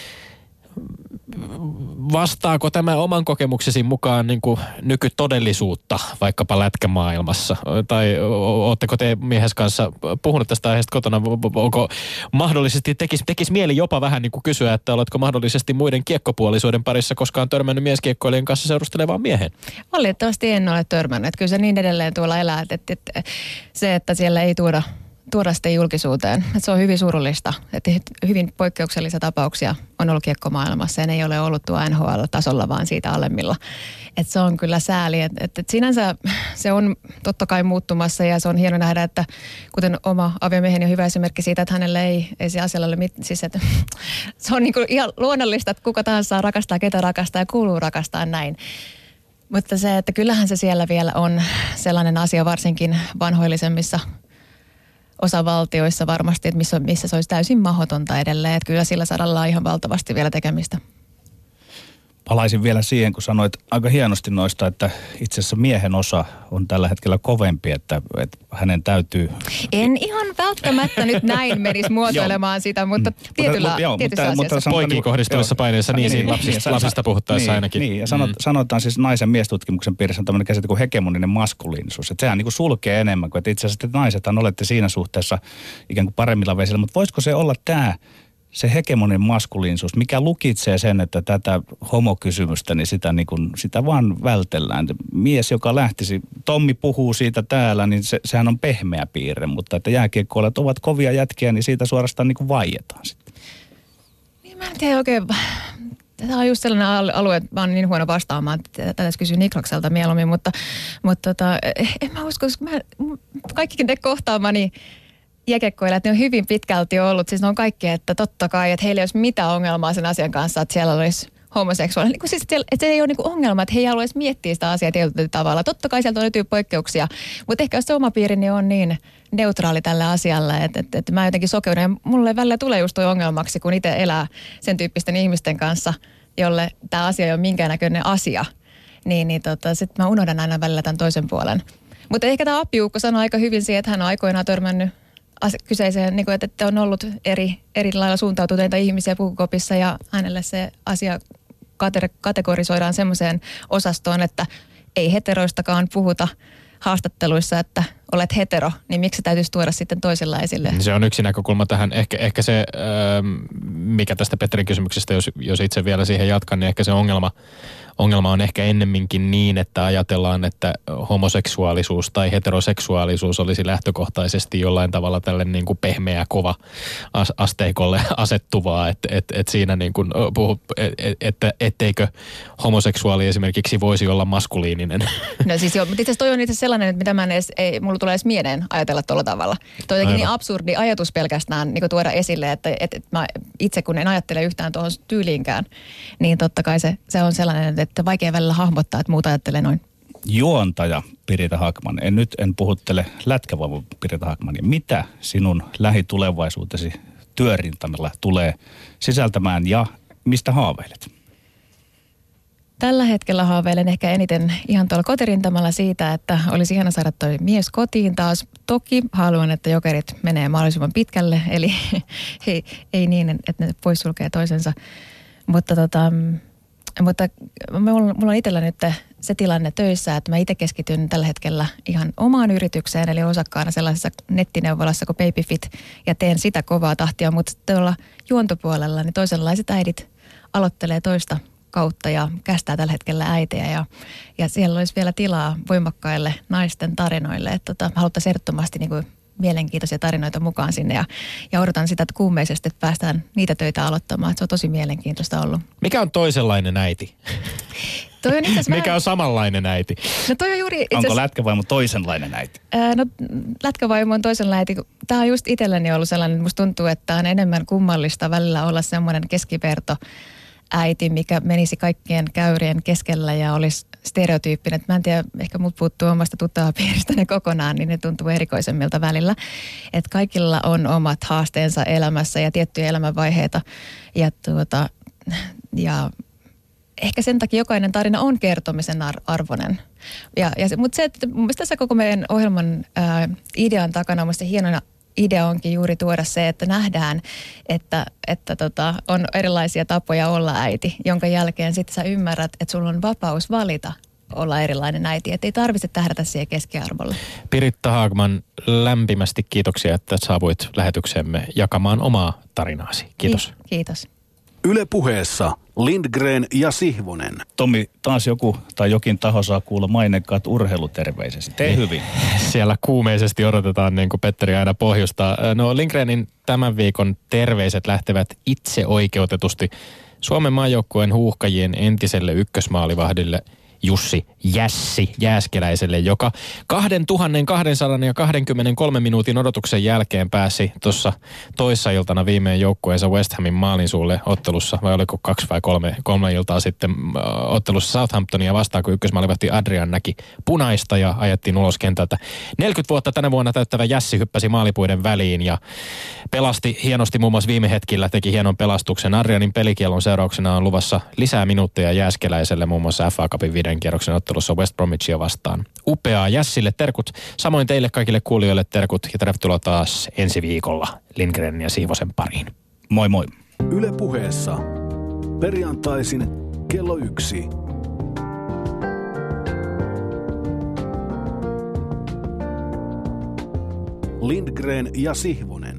Vastaako tämä oman kokemuksesi mukaan niin kuin nykytodellisuutta vaikkapa lätkämaailmassa? Tai ootteko te miehes kanssa puhunut tästä aiheesta kotona? Onko mahdollisesti tekisi mieli jopa vähän niin kuin kysyä, että oletko mahdollisesti muiden kiekkopuolisuuden parissa koskaan törmännyt mieskiekkoilijan kanssa seurustelevaan mieheen? Valitettavasti en ole törmännyt. Kyllä se niin edelleen tuolla elää, että se, että siellä ei tuoda sitten julkisuuteen. Että se on hyvin surullista, että hyvin poikkeuksellisia tapauksia on ollut kiekkomaailmassa ja ne ei ole ollut tuo NHL-tasolla, vaan siitä alemmilla. Että se on kyllä sääli. Että sinänsä se on totta kai muuttumassa ja se on hieno nähdä, että kuten oma aviomieheni on hyvä esimerkki siitä, että hänelle ei se asialla ole siis että se on niin kuin ihan luonnollista, että kuka tahansa saa rakastaa, ketä rakastaa ja kuuluu rakastaa näin. Mutta se, että kyllähän se siellä vielä on sellainen asia varsinkin vanhoillisemmissa osavaltioissa varmasti, että missä se olisi täysin mahdotonta edelleen. Että kyllä sillä saralla on ihan valtavasti vielä tekemistä. palaisin vielä siihen, kun sanoit aika hienosti noista, että itse asiassa miehen osa on tällä hetkellä kovempi, että hänen täytyy... En ihan välttämättä nyt näin menisi muotoilemaan sitä, mutta tietyssä asiassa. Poikiin kohdistuvissa paineissa, niin siinä lapsista puhuttaessa ainakin. Niin, ja sanotaan siis naisen miestutkimuksen piirissä on tämmöinen käsite kuin hegemoninen maskuliinisuus. Että sehän niin kuin sulkee enemmän kuin, että itse asiassa te naisethan olette siinä suhteessa ikään kuin paremmilla vesillä, mutta voisiko se olla se hegemonin maskuliinisuus, mikä lukitsee sen, että tätä homokysymystä, niin sitä vaan vältellään. Mies, joka lähtisi, Tommi puhuu siitä täällä, niin sehän on pehmeä piirre, mutta että jääkiekkoilijat ovat kovia jätkiä, niin siitä suorastaan niin kuin vaietaan sitten. Niin mä en tiedä oikein, tämä on just sellainen alue, että mä oon niin huono vastaamaan, että tätä kysyä Niklakselta mieluummin, mutta en mä usko, koska kaikkikin te kohtaamani jääkiekkoilijat, ne on hyvin pitkälti ollut, siis ne on kaikki, että totta kai, että heillä ei olisi mitään ongelmaa sen asian kanssa, että siellä olisi homoseksuaalinen. Niin siis, että se ei ole niin kuin ongelma, että he ei haluaisi miettiä sitä asiaa tietyllä tavalla. Totta kai sieltä löytyy poikkeuksia, mutta ehkä jos se oma piirini on niin neutraali tälle asialle, että mä jotenkin sokeuden. Ja mulle välillä tulee just toi ongelmaksi, kun itse elää sen tyyppisten ihmisten kanssa, jolle tämä asia ei ole minkäännäköinen asia. Sitten mä unohdan aina välillä tämän toisen puolen. Mutta ehkä tämä Appi-Ukko sanoi aika hyvin siihen, että hän on aikoinaan törmännyt kyseiseen, niin kuin, että on ollut eri lailla suuntautuneita ihmisiä pukukopissa ja hänelle se asia kategorisoidaan semmoiseen osastoon, että ei heteroistakaan puhuta haastatteluissa, että olet hetero, niin miksi täytyisi tuoda sitten toisella esille? Se on yksi näkökulma tähän. Ehkä se, mikä tästä Petterin kysymyksestä, jos itse vielä siihen jatkan, niin ehkä se ongelma on ehkä ennemminkin niin, että ajatellaan, että homoseksuaalisuus tai heteroseksuaalisuus olisi lähtökohtaisesti jollain tavalla tälle niin kuin pehmeä, kova asteikolle asettuvaa, että siinä niin kuin että etteikö homoseksuaali esimerkiksi voisi olla maskuliininen. No siis joo, mutta itse asiassa toi on itse sellainen, että mitä mä mulla tulee edes mieleen ajatella tuolla tavalla. Toi on niin absurdi ajatus pelkästään niin kuin tuoda esille, että mä itse kun en ajattele yhtään tuohon tyyliinkään, niin totta kai se on sellainen, että vaikea välillä hahmottaa, että muut ajattelee noin. Juontaja Pirita Hakman, en puhuttele lätkävaivon Pirita Hakmania. Mitä sinun lähitulevaisuutesi työrintamalla tulee sisältämään ja mistä haaveilet? Tällä hetkellä haaveilen ehkä eniten ihan tuolla kotirintamalla siitä, että olisi ihana saada toi mies kotiin taas. Toki haluan, että Jokerit menee mahdollisimman pitkälle, eli ei niin, että ne poissulkee toisensa. Mutta mulla on itsellä nyt se tilanne töissä, että mä itse keskityn tällä hetkellä ihan omaan yritykseen, eli osakkaana sellaisessa nettineuvolassa kuin Babyfit, ja teen sitä kovaa tahtia, mutta tuolla juontopuolella niin toisenlaiset äidit aloittelee toista kautta ja kästää tällä hetkellä äitejä, ja siellä olisi vielä tilaa voimakkaille naisten tarinoille, että haluttaisiin ehdottomasti niin kuin mielenkiintoisia tarinoita mukaan sinne ja odotan sitä, että kuumeisesti että päästään niitä töitä aloittamaan. Että se on tosi mielenkiintoista ollut. Mikä on toisenlainen äiti? Toi on mikä on samanlainen äiti? No toi on juuri onko lätkävaimo toisenlainen äiti? No lätkävaimo on toisenlainen äiti. Tämä on just itselleni ollut sellainen, että musta tuntuu, että on enemmän kummallista välillä olla semmoinen keskiverto äiti, mikä menisi kaikkien käyrien keskellä ja olisi stereotyyppinen. Mä en tiedä, ehkä mut puuttuu omasta tuttavapiiristäni kokonaan, niin ne tuntuu erikoisemmilta välillä. Että kaikilla on omat haasteensa elämässä ja tiettyjä elämänvaiheita. Ja ehkä sen takia jokainen tarina on kertomisen arvoinen. Mutta se, että mun mielestä tässä koko meidän ohjelman idean takana on mielestäni hienona idea onkin juuri tuoda se, että nähdään, että on erilaisia tapoja olla äiti, jonka jälkeen sitten sä ymmärrät, että sulla on vapaus valita olla erilainen äiti, että ei tarvitse tähdätä siihen keskiarvolle. Piritta Haagman, lämpimästi kiitoksia, että saavuit lähetykseemme jakamaan omaa tarinaasi. Kiitos. Kiitos. Yle Puheessa Lindgren ja Sihvonen. Tommi, taas joku tai jokin taho saa kuulla mainekkaat urheiluterveisesi. Tee hyvin. Siellä kuumeisesti odotetaan, niin kuin Petteri aina pohjustaa. No Lindgrenin tämän viikon terveiset lähtevät itse oikeutetusti Suomen maajoukkueen huuhkajien entiselle ykkösmaalivahdille Jussi Jässi Jääskeläiselle, joka 2223 minuutin odotuksen jälkeen pääsi tuossa toissa iltana viimein joukkueensa West Hamin maalin suulle ottelussa, vai oliko 2 vai 3 iltaa sitten ottelussa Southamptonia vastaan, kun ykkösmaalivahti Adrian näki punaista ja ajettiin ulos kentältä. 40 vuotta tänä vuonna täyttävä Jässi hyppäsi maalipuiden väliin ja pelasti hienosti muun muassa viime hetkillä, teki hienon pelastuksen. Adrianin pelikielon seurauksena on luvassa lisää minuutteja Jääskeläiselle muun muassa FA Cupin 5. kierroksen ottelussa West Bromwichia vastaan. Upeaa Jässille terkut, samoin teille kaikille kuulijoille terkut ja tervetuloa taas ensi viikolla Lindgrenin ja Sihvosen pariin. Moi moi. Yle Puheessa perjantaisin kello 1. Lindgren ja Sihvonen.